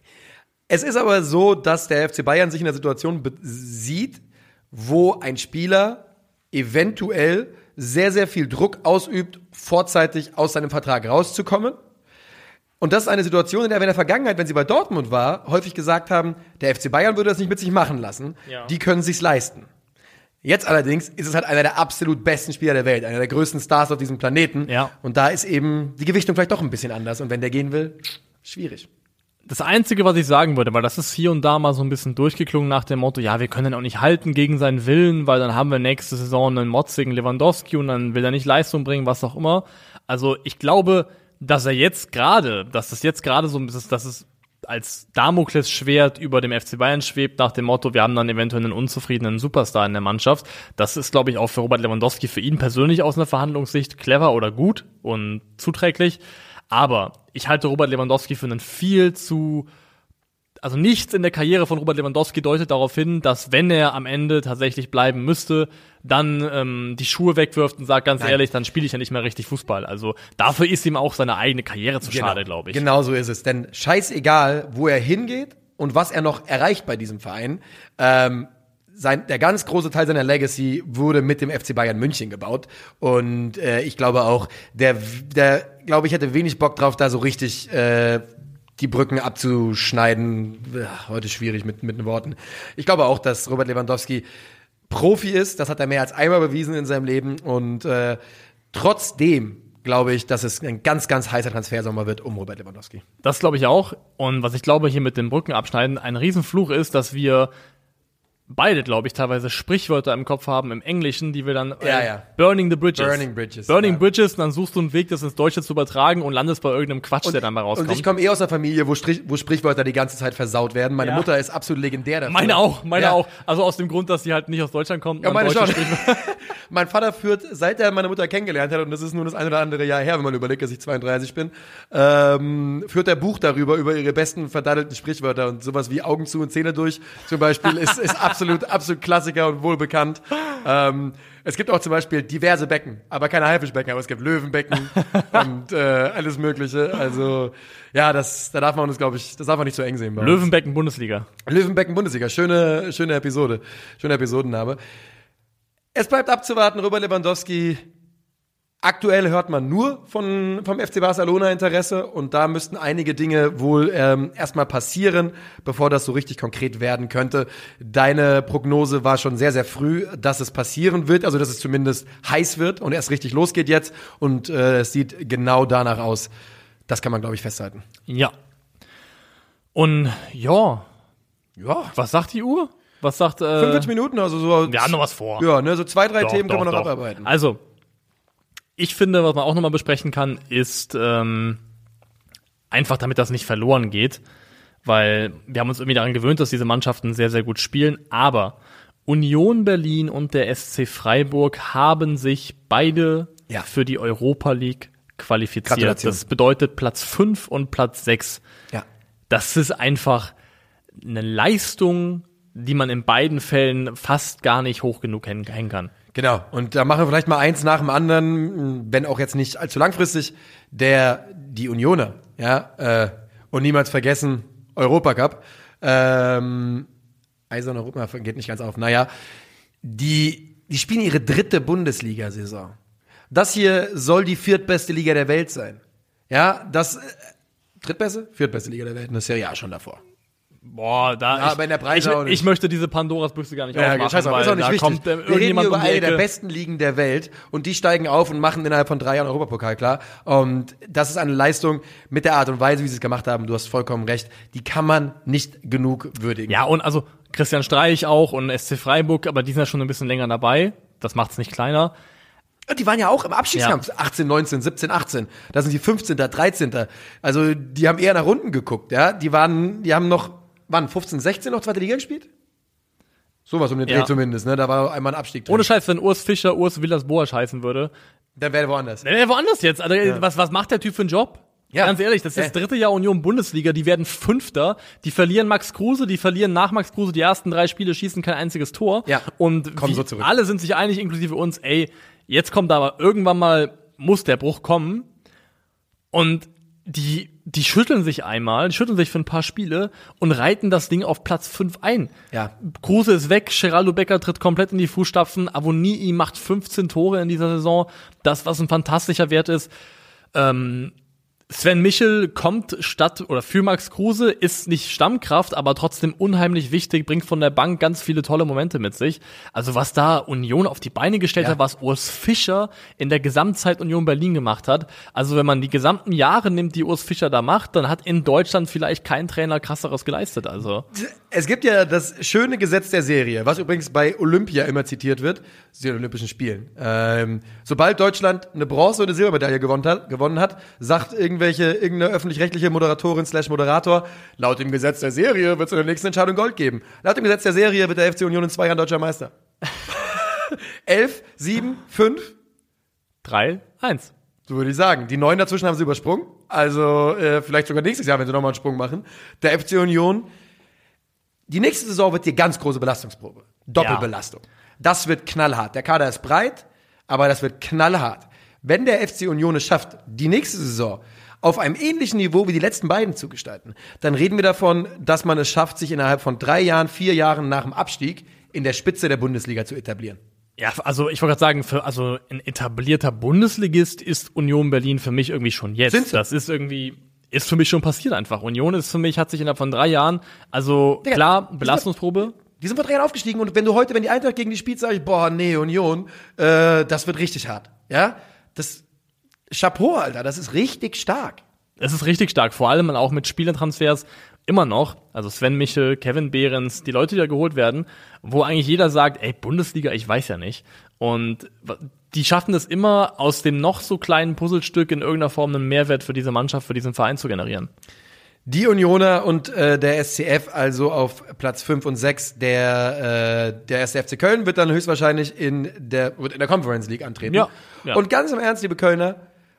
Es ist aber so, dass der F C Bayern sich in der Situation be- sieht, wo ein Spieler eventuell sehr, sehr viel Druck ausübt, vorzeitig aus seinem Vertrag rauszukommen. Und das ist eine Situation, in der wir in der Vergangenheit, wenn sie bei Dortmund war, häufig gesagt haben, der F C Bayern würde das nicht mit sich machen lassen. Ja. Die können sich's leisten. Jetzt allerdings ist es halt einer der absolut besten Spieler der Welt, einer der größten Stars auf diesem Planeten. Ja. Und da ist eben die Gewichtung vielleicht doch ein bisschen anders. Und wenn der gehen will, schwierig. Das Einzige, was ich sagen würde, weil das ist hier und da mal so ein bisschen durchgeklungen nach dem Motto, ja, wir können ihn auch nicht halten gegen seinen Willen, weil dann haben wir nächste Saison einen motzigen Lewandowski und dann will er nicht Leistung bringen, was auch immer. Also ich glaube, dass er jetzt gerade, dass das jetzt gerade so ein bisschen, dass es als Damoklesschwert über dem F C Bayern schwebt, nach dem Motto, wir haben dann eventuell einen unzufriedenen Superstar in der Mannschaft. Das ist, glaube ich, auch für Robert Lewandowski, für ihn persönlich aus einer Verhandlungssicht clever oder gut und zuträglich. Aber ich halte Robert Lewandowski für einen viel zu, also nichts in der Karriere von Robert Lewandowski deutet darauf hin, dass wenn er am Ende tatsächlich bleiben müsste, dann ähm, die Schuhe wegwirft und sagt, ganz Nein. ehrlich, dann spiele ich ja nicht mehr richtig Fußball. Also dafür ist ihm auch seine eigene Karriere zu schade, glaube ich. Genau so ist es. Denn scheißegal, wo er hingeht und was er noch erreicht bei diesem Verein, ähm, sein, der ganz große Teil seiner Legacy wurde mit dem F C Bayern München gebaut. Und äh, ich glaube auch, der, der glaube ich, hätte wenig Bock drauf, da so richtig äh, die Brücken abzuschneiden. Ja, heute schwierig mit, mit den Worten. Ich glaube auch, dass Robert Lewandowski Profi ist. Das hat er mehr als einmal bewiesen in seinem Leben. Und äh, trotzdem glaube ich, dass es ein ganz, ganz heißer Transfersommer wird um Robert Lewandowski. Das glaube ich auch. Und was ich glaube, hier mit dem Brückenabschneiden ein Riesenfluch ist, dass wir beide, glaube ich, teilweise Sprichwörter im Kopf haben im Englischen, die wir dann äh, Ja, ja. Burning the Bridges. Burning Bridges, Burning ja. Bridges, dann suchst du einen Weg, das ins Deutsche zu übertragen und landest bei irgendeinem Quatsch, Und, der dann mal rauskommt. und ich komme eh aus einer Familie, wo, Strich, wo Sprichwörter die ganze Zeit versaut werden. Meine Ja. Mutter ist absolut legendär dafür. Meine auch, meine Ja. auch. Also aus dem Grund, dass sie halt nicht aus Deutschland kommt. Ja, und meine deutsche schon. Sprichwörter- Mein Vater führt, seit er meine Mutter kennengelernt hat, und das ist nun das ein oder andere Jahr her, wenn man überlegt, dass ich zweiunddreißig bin, ähm, führt er Buch darüber, über ihre besten verdaddelten Sprichwörter, und sowas wie Augen zu und Zähne durch zum Beispiel ist, ist absolut, absolut Klassiker und wohlbekannt. Ähm, es gibt auch zum Beispiel diverse Becken, aber keine Haifischbecken, aber es gibt Löwenbecken und äh, alles Mögliche. Also ja, das, da darf man uns, glaube ich, das darf man nicht so eng sehen. bei uns. Löwenbecken Bundesliga. Löwenbecken Bundesliga, schöne, schöne Episode, schöner Episodenname. Es bleibt abzuwarten, Robert Lewandowski. Aktuell hört man nur von, vom F C Barcelona Interesse, und da müssten einige Dinge wohl ähm, erstmal passieren, bevor das so richtig konkret werden könnte. Deine Prognose war schon sehr, sehr früh, dass es passieren wird, also dass es zumindest heiß wird und erst richtig losgeht jetzt, und äh, es sieht genau danach aus. Das kann man, glaube ich, festhalten. Ja. Und ja, Ja, was sagt die Uhr? Was sagt äh, fünfundvierzig Minuten, also so. Wir haben noch was vor. Ja, ne, so zwei, drei Doch, Themen doch, können wir noch doch. abarbeiten. Also, ich finde, was man auch nochmal besprechen kann, ist ähm, einfach, damit das nicht verloren geht, weil wir haben uns irgendwie daran gewöhnt, dass diese Mannschaften sehr, sehr gut spielen, aber Union Berlin und der S C Freiburg haben sich beide Ja. für die Europa League qualifiziert. Gratulation. Das bedeutet Platz fünf und Platz sechs. Ja. Das ist einfach eine Leistung, die man in beiden Fällen fast gar nicht hoch genug hängen hängen kann. Genau, und da machen wir vielleicht mal eins nach dem anderen, wenn auch jetzt nicht allzu langfristig, der, die Unioner, ja, äh, und niemals vergessen, Europacup, ähm, Eiserne Europa geht nicht ganz auf, naja, die, die spielen ihre dritte Bundesliga-Saison. Das hier soll die viertbeste Liga der Welt sein. Ja, das, äh, drittbeste? Viertbeste Liga der Welt, eine Serie A schon davor. Boah, da Ja, ich, aber in der Breite ich, auch nicht. ich möchte diese Pandoras Büchse gar nicht Ja, aufmachen, scheiß auf, weil ist auch nicht da wichtig. kommt äh, Wir reden hier irgendjemand über um die eine der Ecke. besten Ligen der Welt, und die steigen auf und machen innerhalb von drei Jahren Europapokal klar. Und das ist eine Leistung mit der Art und Weise, wie sie es gemacht haben. Du hast vollkommen recht. Die kann man nicht genug würdigen. Ja, und also Christian Streich auch und S C Freiburg, aber die sind ja schon ein bisschen länger dabei. Das macht's nicht kleiner. Und die waren ja auch im Abstiegskampf. achtzehn, neunzehn, siebzehn, achtzehn. Da sind die fünfzehnter, dreizehnter. Also die haben eher nach unten geguckt. Ja, die waren, die haben noch, wann fünfzehn, sechzehn noch zweite Liga gespielt? Sowas um den Dreh Ja. zumindest. Ne, da war einmal ein Abstieg drin. Ohne Scheiß, wenn Urs Fischer Urs Villas Boas heißen würde, Dann wäre er woanders. dann wäre er woanders jetzt. Also, was, was macht der Typ für einen Job? Ja. Ganz ehrlich, das ist das dritte Jahr Union Bundesliga, die werden Fünfter, die verlieren Max Kruse, die verlieren nach Max Kruse die ersten drei Spiele, schießen kein einziges Tor. Ja. Und Kommen wie, so zurück. alle sind sich einig, inklusive uns, ey, jetzt kommt aber irgendwann mal, muss der Bruch kommen. Und die, die schütteln sich einmal, die schütteln sich für ein paar Spiele und reiten das Ding auf Platz fünf ein. Ja. Kruse ist weg, Geraldo Becker tritt komplett in die Fußstapfen, Avonii macht fünfzehn Tore in dieser Saison, das, was ein fantastischer Wert ist. Ähm, Sven Michel kommt statt oder für Max Kruse, ist nicht Stammkraft, aber trotzdem unheimlich wichtig, bringt von der Bank ganz viele tolle Momente mit sich. Also was da Union auf die Beine gestellt Ja. hat, was Urs Fischer in der Gesamtzeit Union Berlin gemacht hat. Also wenn man die gesamten Jahre nimmt, die Urs Fischer da macht, dann hat in Deutschland vielleicht kein Trainer krasseres geleistet. Also Es gibt ja das schöne Gesetz der Serie, was übrigens bei Olympia immer zitiert wird, zu den Olympischen Spielen. Ähm, sobald Deutschland eine Bronze- oder eine Silbermedaille gewonnen hat, gewonnen hat, sagt irgendwelche, irgendeine öffentlich-rechtliche Moderatorin slash Moderator, laut dem Gesetz der Serie wird es in der nächsten Entscheidung Gold geben. Laut dem Gesetz der Serie wird der F C Union in zwei Jahren deutscher Meister. Elf, sieben, fünf, drei, eins. so würde ich sagen. Die neun dazwischen haben sie übersprungen. Also äh, vielleicht sogar nächstes Jahr, wenn sie nochmal einen Sprung machen. Der F C Union, die nächste Saison wird die ganz große Belastungsprobe. Doppelbelastung. Das wird knallhart. Der Kader ist breit, aber das wird knallhart. Wenn der F C Union es schafft, die nächste Saison auf einem ähnlichen Niveau wie die letzten beiden zu gestalten, dann reden wir davon, dass man es schafft, sich innerhalb von drei Jahren, vier Jahren nach dem Abstieg in der Spitze der Bundesliga zu etablieren. Ja, also ich wollte gerade sagen, für, also ein etablierter Bundesligist ist Union Berlin für mich irgendwie schon jetzt. Sind sie? Das ist irgendwie, ist für mich schon passiert einfach. Union ist für mich, hat sich innerhalb von drei Jahren, also Digga, klar, Belastungsprobe. Die sind vor drei Jahren aufgestiegen und wenn du heute, wenn die Eintracht gegen die spielt, sag ich, boah, nee, Union, äh, das wird richtig hart. Ja, das Chapeau, Alter, das ist richtig stark. Es ist richtig stark, vor allem auch mit Spielertransfers immer noch, also Sven Michel, Kevin Behrens, die Leute, die da geholt werden, wo eigentlich jeder sagt, ey, Bundesliga, ich weiß ja nicht. Und die schaffen es immer, aus dem noch so kleinen Puzzlestück in irgendeiner Form einen Mehrwert für diese Mannschaft, für diesen Verein zu generieren. Die Unioner und äh, der S C F also auf Platz fünf und sechs. Der, äh, der erste F C Köln wird dann höchstwahrscheinlich in der, wird in der Conference League antreten. Ja, ja. Und ganz im Ernst, liebe Kölner,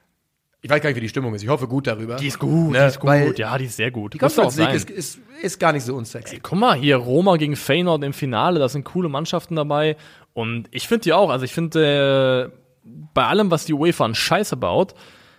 ich weiß gar nicht, wie die Stimmung ist. Ich hoffe gut darüber. Die ist gut, ne? die ist gut. Weil ja, die ist sehr gut. Die Muss auch Conference League sein. ist, ist, ist gar nicht so unsexy. Ey, guck mal, hier Roma gegen Feyenoord im Finale, da sind coole Mannschaften dabei. Und ich finde die auch, also ich finde, äh, bei allem, was die UEFA an Scheiße baut,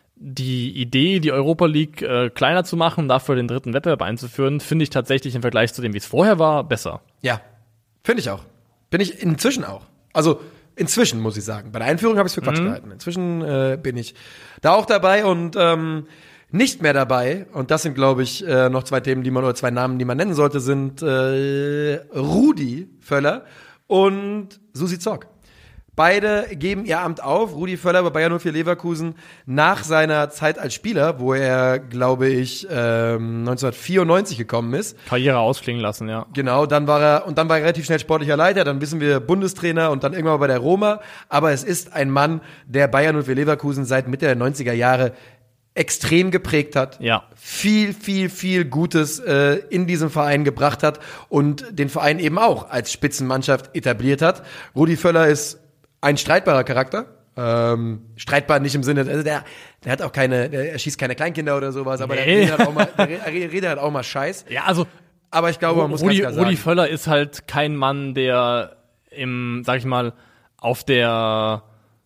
die Idee, die Europa League äh, kleiner zu machen, dafür den dritten Wettbewerb einzuführen, finde ich tatsächlich im Vergleich zu dem, wie es vorher war, besser. Ja, finde ich auch. Bin ich inzwischen auch. Also inzwischen, muss ich sagen. Bei der Einführung habe ich es für Quatsch Mhm. gehalten. Inzwischen äh, bin ich da auch dabei und ähm, nicht mehr dabei. Und das sind, glaube ich, äh, noch zwei Themen, die man, oder zwei Namen, die man nennen sollte, sind äh, Rudi Völler und Susi Zorc. Beide geben ihr Amt auf. Rudi Völler bei Bayern null vier Leverkusen nach seiner Zeit als Spieler, wo er, glaube ich, ähm, neunzehnhundertvierundneunzig gekommen ist. Karriere ausklingen lassen, ja. Genau, dann war er, und dann war er relativ schnell sportlicher Leiter, dann wissen wir Bundestrainer und dann irgendwann mal bei der Roma. Aber es ist ein Mann, der Bayern null vier Leverkusen seit Mitte der neunziger Jahre extrem geprägt hat, Ja. viel, viel, viel Gutes äh, in diesem Verein gebracht hat und den Verein eben auch als Spitzenmannschaft etabliert hat. Rudi Völler ist ein streitbarer Charakter. Ähm, streitbar nicht im Sinne, also der, der hat auch keine, der schießt keine Kleinkinder oder sowas, aber Nee. der redet halt auch mal, der redet halt auch mal Scheiß. Ja, also Aber ich glaube, man muss Rudi, ganz klar sagen, Rudi Völler ist halt kein Mann, der im, sag ich mal, auf der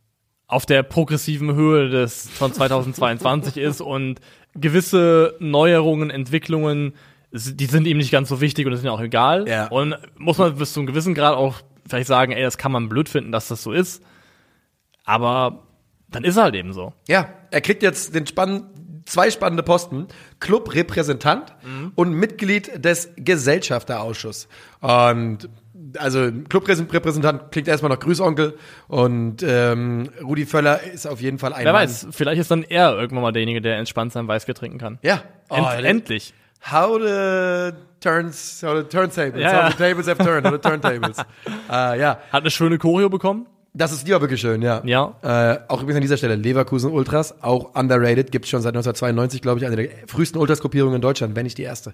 auf der progressiven Höhe des von zweitausendzweiundzwanzig ist und gewisse Neuerungen, Entwicklungen, die sind ihm nicht ganz so wichtig und das ist ihm auch egal. Ja. Und muss man bis zu einem gewissen Grad auch vielleicht sagen, ey, das kann man blöd finden, dass das so ist. Aber dann ist er halt eben so. ja, er kriegt jetzt den spann zwei spannende Posten, Clubrepräsentant Mhm. und Mitglied des Gesellschafterausschusses. Und also Clubrepräsentant klingt erstmal nach Grüßonkel und ähm, Rudi Völler ist auf jeden Fall ein Wer Mann. weiß, vielleicht ist dann er irgendwann mal derjenige, der entspannt sein Weißbier trinken kann. Ja. Oh, End, der- endlich. How the turns, how the turntables, Ja, how ja. the tables have turned, how the turntables. äh, ja, Hat eine schöne Choreo bekommen. das ist ja wirklich schön, ja. Ja. Äh, auch übrigens an dieser Stelle, Leverkusen Ultras, auch underrated, gibt's schon seit neunzehnhundertzweiundneunzig, glaube ich, eine der frühesten Ultras-Gruppierungen in Deutschland, wenn nicht die erste.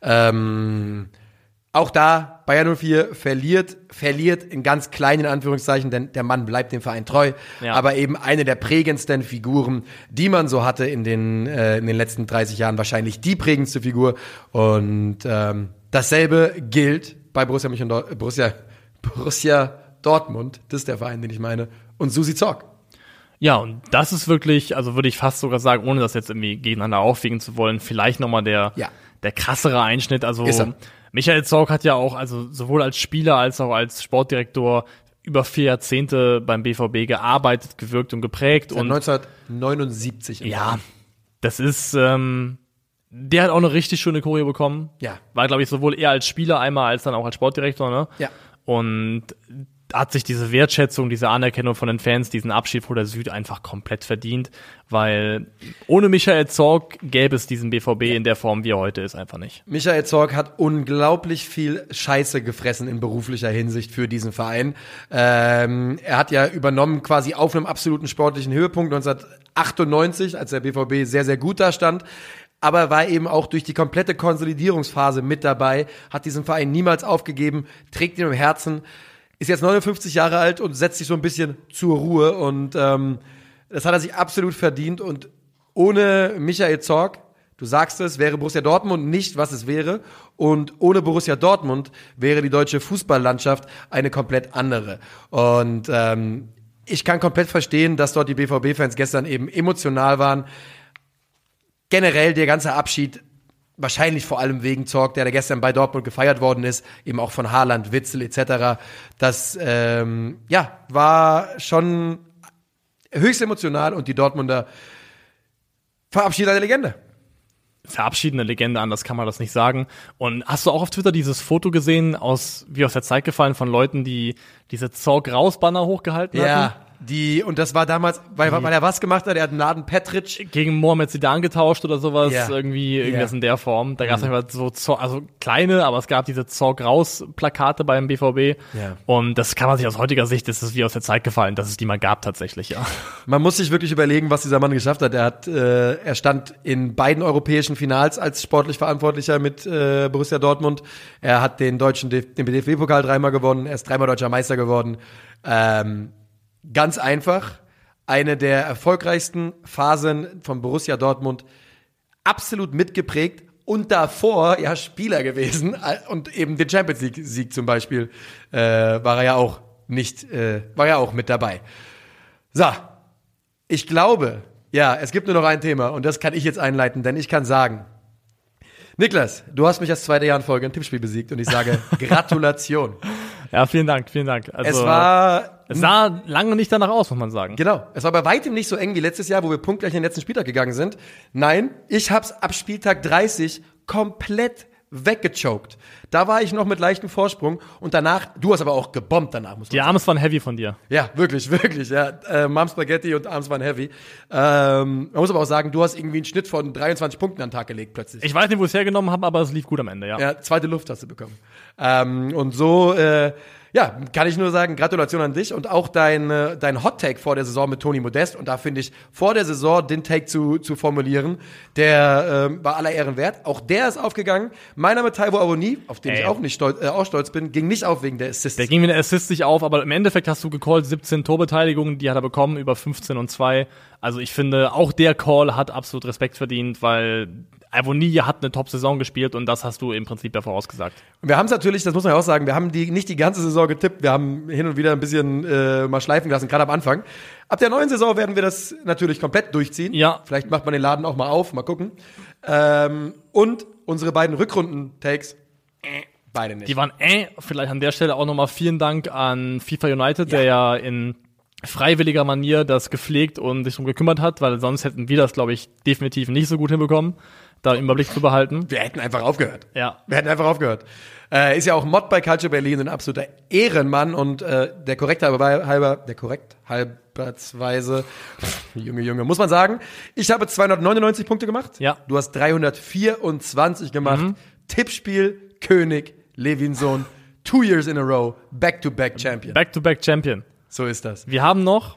Ähm, auch da, Bayern null vier verliert, verliert in ganz kleinen Anführungszeichen, denn der Mann bleibt dem Verein treu, Ja. aber eben eine der prägendsten Figuren, die man so hatte in den, äh, in den letzten dreißig Jahren, wahrscheinlich die prägendste Figur. Und ähm, dasselbe gilt bei Borussia Mönchengladbach, Borussia, Borussia Dortmund, das ist der Verein, den ich meine, und Susi Zorc. Ja, und das ist wirklich, also würde ich fast sogar sagen, ohne das jetzt irgendwie gegeneinander aufwiegen zu wollen, vielleicht nochmal der, Ja. der krassere Einschnitt. Also Ist er. Michael Zorc hat ja auch, also sowohl als Spieler als auch als Sportdirektor über vier Jahrzehnte beim B V B gearbeitet, gewirkt und geprägt. Seit Und neunzehnhundertneunundsiebzig. im ja, Verein. das ist, ähm, der hat auch eine richtig schöne Choreo bekommen. Ja. War, glaube ich, sowohl eher als Spieler einmal als dann auch als Sportdirektor, ne? Ja. Und hat sich diese Wertschätzung, diese Anerkennung von den Fans, diesen Abschied vor der Süd einfach komplett verdient, weil ohne Michael Zorc gäbe es diesen B V B in der Form, wie er heute ist, einfach nicht. Michael Zorc hat unglaublich viel Scheiße gefressen in beruflicher Hinsicht für diesen Verein. Ähm, er hat ja übernommen quasi auf einem absoluten sportlichen Höhepunkt neunzehnhundertachtundneunzig, als der B V B sehr, sehr gut da stand. Aber war eben auch durch die komplette Konsolidierungsphase mit dabei, hat diesen Verein niemals aufgegeben, trägt ihn im Herzen, ist jetzt neunundfünfzig Jahre alt und setzt sich so ein bisschen zur Ruhe. Und ähm, das hat er sich absolut verdient. Und ohne Michael Zorc, du sagst es, wäre Borussia Dortmund nicht, was es wäre. Und ohne Borussia Dortmund wäre die deutsche Fußballlandschaft eine komplett andere. Und ähm, ich kann komplett verstehen, dass dort die B V B-Fans gestern eben emotional waren. Generell der ganze Abschied, wahrscheinlich vor allem wegen Zorc, der da gestern bei Dortmund gefeiert worden ist, eben auch von Haaland, Witzel et cetera. Das ähm, ja, war schon höchst emotional und die Dortmunder verabschieden eine Legende. verabschieden eine Legende, anders kann man das nicht sagen. Und hast du auch auf Twitter dieses Foto gesehen, aus wie aus der Zeit gefallen, von Leuten, die diese Zorg-Raus-Banner hochgehalten Ja, hatten? die, und das war damals, weil, weil er was gemacht hat, er hat Naden Petric. Gegen Mohamed Zidane getauscht oder sowas, Ja. irgendwie, irgendwas Ja. in der Form. Da gab es einfach so, Zorg, also kleine, aber es gab diese Zorg-Raus-Plakate beim B V B. Ja. Und das kann man sich aus heutiger Sicht, das ist wie aus der Zeit gefallen, dass es die mal gab tatsächlich, ja. Man muss sich wirklich überlegen, was dieser Mann geschafft hat. Er hat, äh, er stand in beiden europäischen Finals als sportlich Verantwortlicher mit äh, Borussia Dortmund. Er hat den deutschen, den D F B-Pokal dreimal gewonnen. Er ist dreimal deutscher Meister geworden. Ähm, Ganz einfach, eine der erfolgreichsten Phasen von Borussia Dortmund, absolut mitgeprägt und davor ja Spieler gewesen und eben den Champions League Sieg zum Beispiel äh, war er ja auch nicht, äh, war ja auch mit dabei. So, ich glaube, ja, es gibt nur noch ein Thema und das kann ich jetzt einleiten, denn ich kann sagen, Niklas, du hast mich das zweite Jahr in Folge im Tippspiel besiegt und ich sage Gratulation. Ja, vielen Dank, vielen Dank. Also, Es war es sah lange nicht danach aus, muss man sagen. Genau. Es war bei weitem nicht so eng wie letztes Jahr, wo wir punktgleich in den letzten Spieltag gegangen sind. Nein, ich hab's ab Spieltag dreißig komplett weggechoked. Da war ich noch mit leichtem Vorsprung und danach, du hast aber auch gebombt danach, muss man Die sagen. Arme waren heavy von dir. Ja, wirklich, wirklich, ja. Äh, Mom Spaghetti und Arms waren heavy. Ähm, man muss aber auch sagen, du hast irgendwie einen Schnitt von dreiundzwanzig Punkten an den Tag gelegt plötzlich. Ich weiß nicht, wo ich es hergenommen habe, aber es lief gut am Ende, ja. Ja, zweite Luft hast du bekommen. Ähm, und so, äh, ja, kann ich nur sagen, Gratulation an dich und auch dein, äh, dein Hot-Take vor der Saison mit Toni Modest. Und da finde ich, vor der Saison den Take zu, zu formulieren, der äh, war aller Ehren wert. Auch der ist aufgegangen. Meiner mit Taiwo Awoniyi, auf den Ey. ich auch nicht stolz, äh, auch stolz bin, ging nicht auf wegen der Assists. Der ging mit der Assist nicht auf, aber im Endeffekt hast du gecallt, siebzehn Torbeteiligungen, die hat er bekommen, über fünfzehn und zwei. Also ich finde, auch der Call hat absolut Respekt verdient, weil Awoniyi hat eine Top-Saison gespielt und das hast du im Prinzip ja vorausgesagt. Und wir haben es natürlich, das muss man ja auch sagen, wir haben die nicht die ganze Saison getippt, wir haben hin und wieder ein bisschen äh, mal schleifen gelassen, gerade am Anfang. Ab der neuen Saison werden wir das natürlich komplett durchziehen. Ja. Vielleicht macht man den Laden auch mal auf, mal gucken. Ähm, und unsere beiden Rückrunden-Takes, äh, beide nicht. Die waren äh, vielleicht an der Stelle auch nochmal vielen Dank an FIFA United, Ja. der ja in freiwilliger Manier das gepflegt und sich drum gekümmert hat, weil sonst hätten wir das, glaube ich, definitiv nicht so gut hinbekommen, da im Überblick zu behalten. Wir hätten einfach aufgehört. Ja. Wir hätten einfach aufgehört. Äh, ist ja auch Mod bei Calcio Berlin, ein absoluter Ehrenmann und äh, der korrekt halber, halber der korrekt halberweise, Junge, Junge, muss man sagen. Ich habe zweihundertneunundneunzig Punkte gemacht. Ja. Du hast dreihundertvierundzwanzig gemacht. Mhm. Tippspiel, König, Levinson, two years in a row, back-to-back Champion. Back-to-back Champion. So ist das. Wir haben noch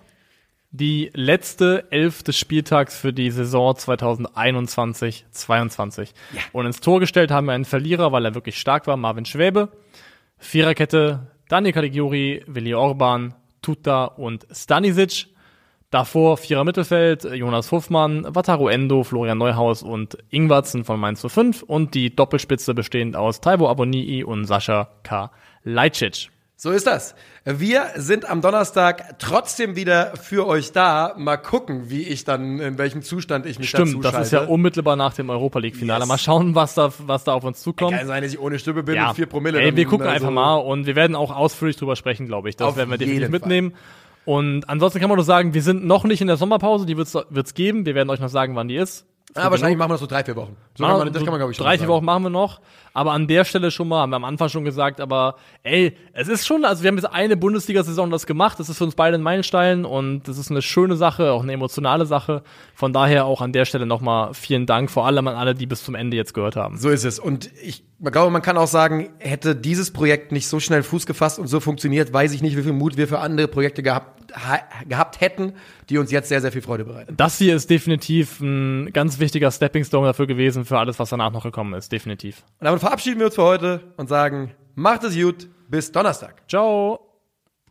die letzte Elf des Spieltags für die Saison zweitausendeinundzwanzig zweiundzwanzig. Ja. Und ins Tor gestellt haben wir einen Verlierer, weil er wirklich stark war, Marvin Schwäbe. Viererkette, Daniel Caligiuri, Willi Orban, Tuta und Stanisic. Davor Vierer Mittelfeld, Jonas Hofmann, Wataru Endo, Florian Neuhaus und Ingwertsen von Mainz null fünf. Und die Doppelspitze bestehend aus Taiwo Awoniyi und Sascha K. Lajcic. So ist das. Wir sind am Donnerstag trotzdem wieder für euch da. Mal gucken, wie ich dann, in welchem Zustand ich mich dazu Stimmt, das schalte. ist ja unmittelbar nach dem Europa-League-Finale. Yes. Mal schauen, was da, was da auf uns zukommt. Kann sein, dass ich ohne Stimme bin und vier Promille. Ey, wir dann, gucken also, einfach mal und wir werden auch ausführlich drüber sprechen, glaube ich. Das Auf werden wir definitiv jeden mitnehmen. Und ansonsten kann man nur sagen, wir sind noch nicht in der Sommerpause, die wird's wird's geben. Wir werden euch noch sagen, wann die ist. Ah, wahrscheinlich machen wir das so drei, vier Wochen. So kann man, das kann man, glaube ich, schon Drei, vier sagen. Wochen machen wir noch. Aber an der Stelle schon mal, haben wir am Anfang schon gesagt, aber ey, es ist schon, also wir haben jetzt eine Bundesliga-Saison das gemacht. Das ist für uns beide ein Meilenstein und das ist eine schöne Sache, auch eine emotionale Sache. Von daher auch an der Stelle nochmal vielen Dank, vor allem an alle, die bis zum Ende jetzt gehört haben. So ist es. Und ich glaube, man kann auch sagen, hätte dieses Projekt nicht so schnell Fuß gefasst und so funktioniert, weiß ich nicht, wie viel Mut wir für andere Projekte gehabt, ha, gehabt hätten, die uns jetzt sehr, sehr viel Freude bereiten. Das hier ist definitiv ein ganz wichtiger Stepping Stone dafür gewesen, für alles, was danach noch gekommen ist. Definitiv. Und damit verabschieden wir uns für heute und sagen, macht es gut, bis Donnerstag. Ciao.